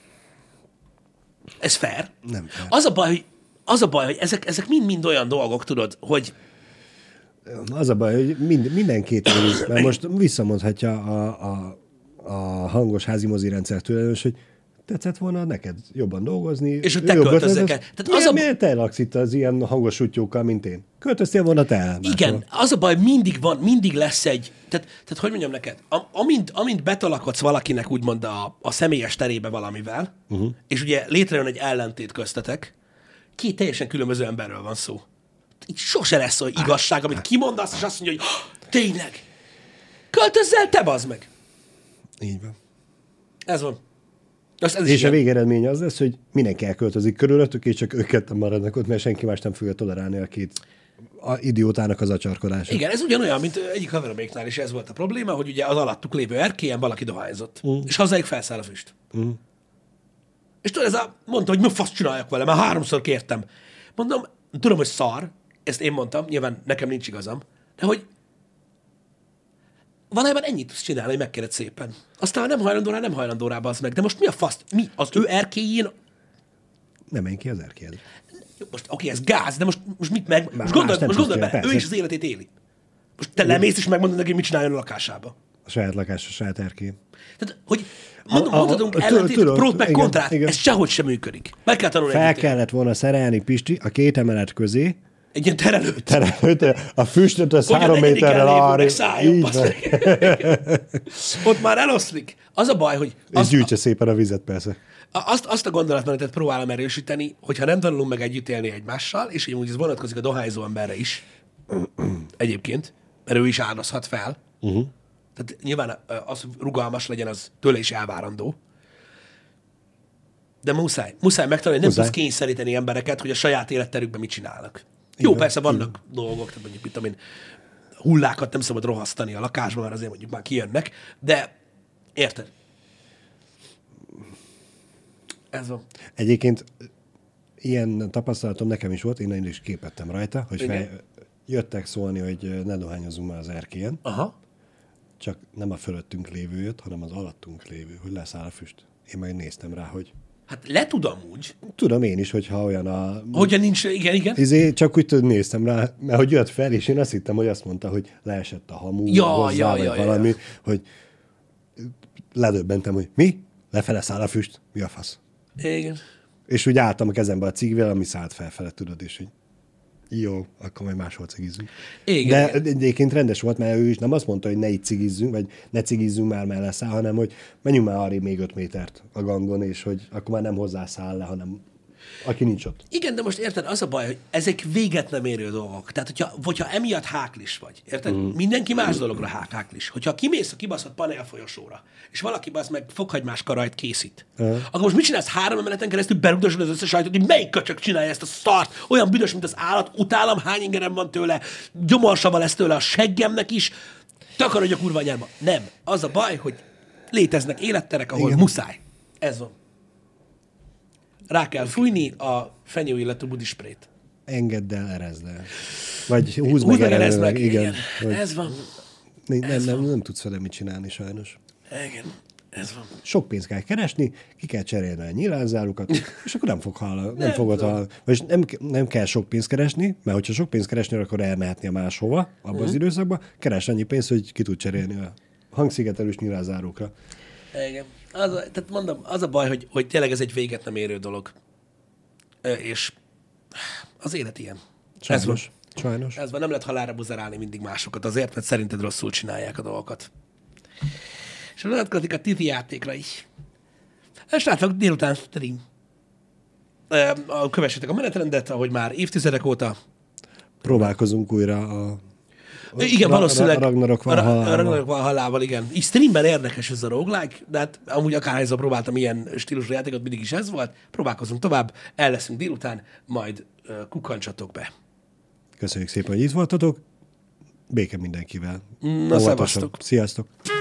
Ez fair. Nem fair. Az a baj, hogy ezek mind olyan dolgok, tudod, hogy... Az a baj, hogy minden két év, mert most visszamondhatja a hangos házimozi rendszer tulajdonos, hogy tetszett volna neked jobban dolgozni. És hogy te költözzek el. Miért te laksz itt az ilyen hangos sutyókkal, mint én? Költöztél volna te el. Igen, az a baj, mindig lesz egy... Tehát hogy mondjam neked, amint betalakodsz valakinek úgymond a személyes terébe valamivel, és ugye létrejön egy ellentét köztetek, két teljesen különböző emberről van szó. Itt sose lesz olyan igazság, amit kimondasz, és azt mondja, hogy tényleg, költözzel, te bazd meg. Így van. Ez van. És a végeredmény az lesz, hogy mindenki elköltözik körülöttük, és csak ők ketten maradnak ott, mert senki más nem fogja tolerálni a két idiótának az acsarkodását. Igen, ez ugyanolyan, mint egyik haveroméknál is ez volt a probléma, hogy ugye az alattuk lévő erkélyen valaki dohányzott, és hazáig felszáll a füst. És tudod, mondta, hogy mi fasz csináljak vele, már 3-szor kértem. Mondom, tudom, hogy szar, ezt én mondtam, nyilván nekem nincs igazam, de hogy valójában ennyit tudsz csinálni, hogy megkéred szépen. Aztán nem hajlandó rá, az meg. De most mi a fasz? Mi? Az ő erkélyén? Nem menj ki az erkélyedre. Most oké, ez gáz, de most mit meg? Most gondolj be, ő is az életét éli. Most te lemész és megmondod neki, mit csináljon a lakásába. A saját lakás, a saját erkély. Tehát, hogy mondhatunk ellentétet, prót meg kontrát, ez sehogy sem működik. Meg kell tanulni Fel kellett volna szerelni, Pisti, a két emelet közé. Egy ilyen terelőt. A füstöt az 3 méterrel arra. Ott már eloszlik. Az a baj, hogy... És gyűjtse szépen a vizet, persze. Azt a gondolatmenetet próbálom erősíteni, hogyha nem tanulunk meg együtt élni egymással, és úgy ez vonatkozik a dohányzó emberre is, egyébként, mert ő is áldozhat fel. Tehát nyilván az, hogy rugalmas legyen, az tőle is elvárandó. De muszáj megtanulni, nem tudsz kényszeríteni embereket, hogy a saját életterükben mit csinálnak. Jó, persze vannak dolgok, tehát mondjuk, mit tudom én, hullákat nem szabad rohasztani a lakásban, mert azért mondjuk már kijönnek, de érted? Ez van. Egyébként ilyen tapasztalatom nekem is volt, én is képettem rajta, hogy jöttek szólni, hogy ne dohányozunk már az erkélyen. Aha. Csak nem a fölöttünk lévő jött, hanem az alattunk lévő, hogy leszáll a füst. Én meg néztem rá, hogy... Hát le tudom úgy. Tudom én is, hogyha olyan a... Hogyha nincs, igen. Csak úgy néztem rá, mert hogy jött fel, és én azt hittem, hogy azt mondta, hogy leesett a hamu hozzá, vagy valami, hogy ledöbbentem, hogy mi? Lefele száll a füst? Mi a fasz? Igen. És úgy álltam a kezembe a cigvel, ami szállt felfele, tudod, és hogy jó, akkor majd máshol cigizzünk. Igen. De egyébként rendes volt, mert ő is nem azt mondta, hogy ne itt cigizzünk, vagy ne cigizzünk már, mert leszáll, hanem hogy menjünk már arrébb még 5 métert a gangon, és hogy akkor már nem hozzászáll le, hanem aki nincs ott. Igen, de most érted, az a baj, hogy ezek véget nem érő dolgok. Tehát, hogyha emiatt háklis vagy, érted? Mindenki más dologra háklis. Hogyha kimész a kibaszott panelfolyosóra, és valaki basz meg fokhagymás karajt készít, akkor most mit csinálsz 3 emeleten keresztül, berugdosod az összes ajtót, hogy melyik köcsök csinálja ezt a szart, olyan büdös, mint az állat, utálom, hány ingerem van tőle, gyomorsava lesz tőle a seggemnek is, takarodj a kurva anyámba. Nem. Az a baj, hogy léteznek életterek, ahol muszáj. Ez van. Rá kell fújni a fenyőillatú budisprét. Engedd el, erezd el. Vagy húzd meg, erezd meg. Igen. Ez van. Nem tudsz vele mit csinálni, sajnos. Igen, ez van. Sok pénzt kell keresni, ki kell cserélni a nyilvánzárukat, és akkor nem fogod hallani. Vagy nem kell sok pénzt keresni, mert hogyha sok pénzt keresni, akkor elmehetnél máshova, abban az időszakban, keres annyi pénzt, hogy ki tud cserélni a hangszigetelős nyilvánzárukra. Igen. Tehát mondom, az a baj, hogy tényleg ez egy véget nem érő dolog. És az élet ilyen. Sajnos. Ez van, nem lehet halálra buzerálni mindig másokat azért, mert szerinted rosszul csinálják a dolgokat. És vonatkozik a titi játékra is. És látok, délután stream. Kövessétek a menetrendet, ahogy már évtizedek óta. Próbálkozunk újra a igen, valószínűleg a Ragnarok van halálval, igen. Így streamben érdekes ez a roguelike, de hát amúgy akárhányszor próbáltam ilyen stílusú játékot, mindig is ez volt. Próbálkozunk tovább, el leszünk délután, majd kukkancsatok be. Köszönjük szépen, hogy itt voltatok. Béke mindenkivel. Na, szevasztok. Sziasztok.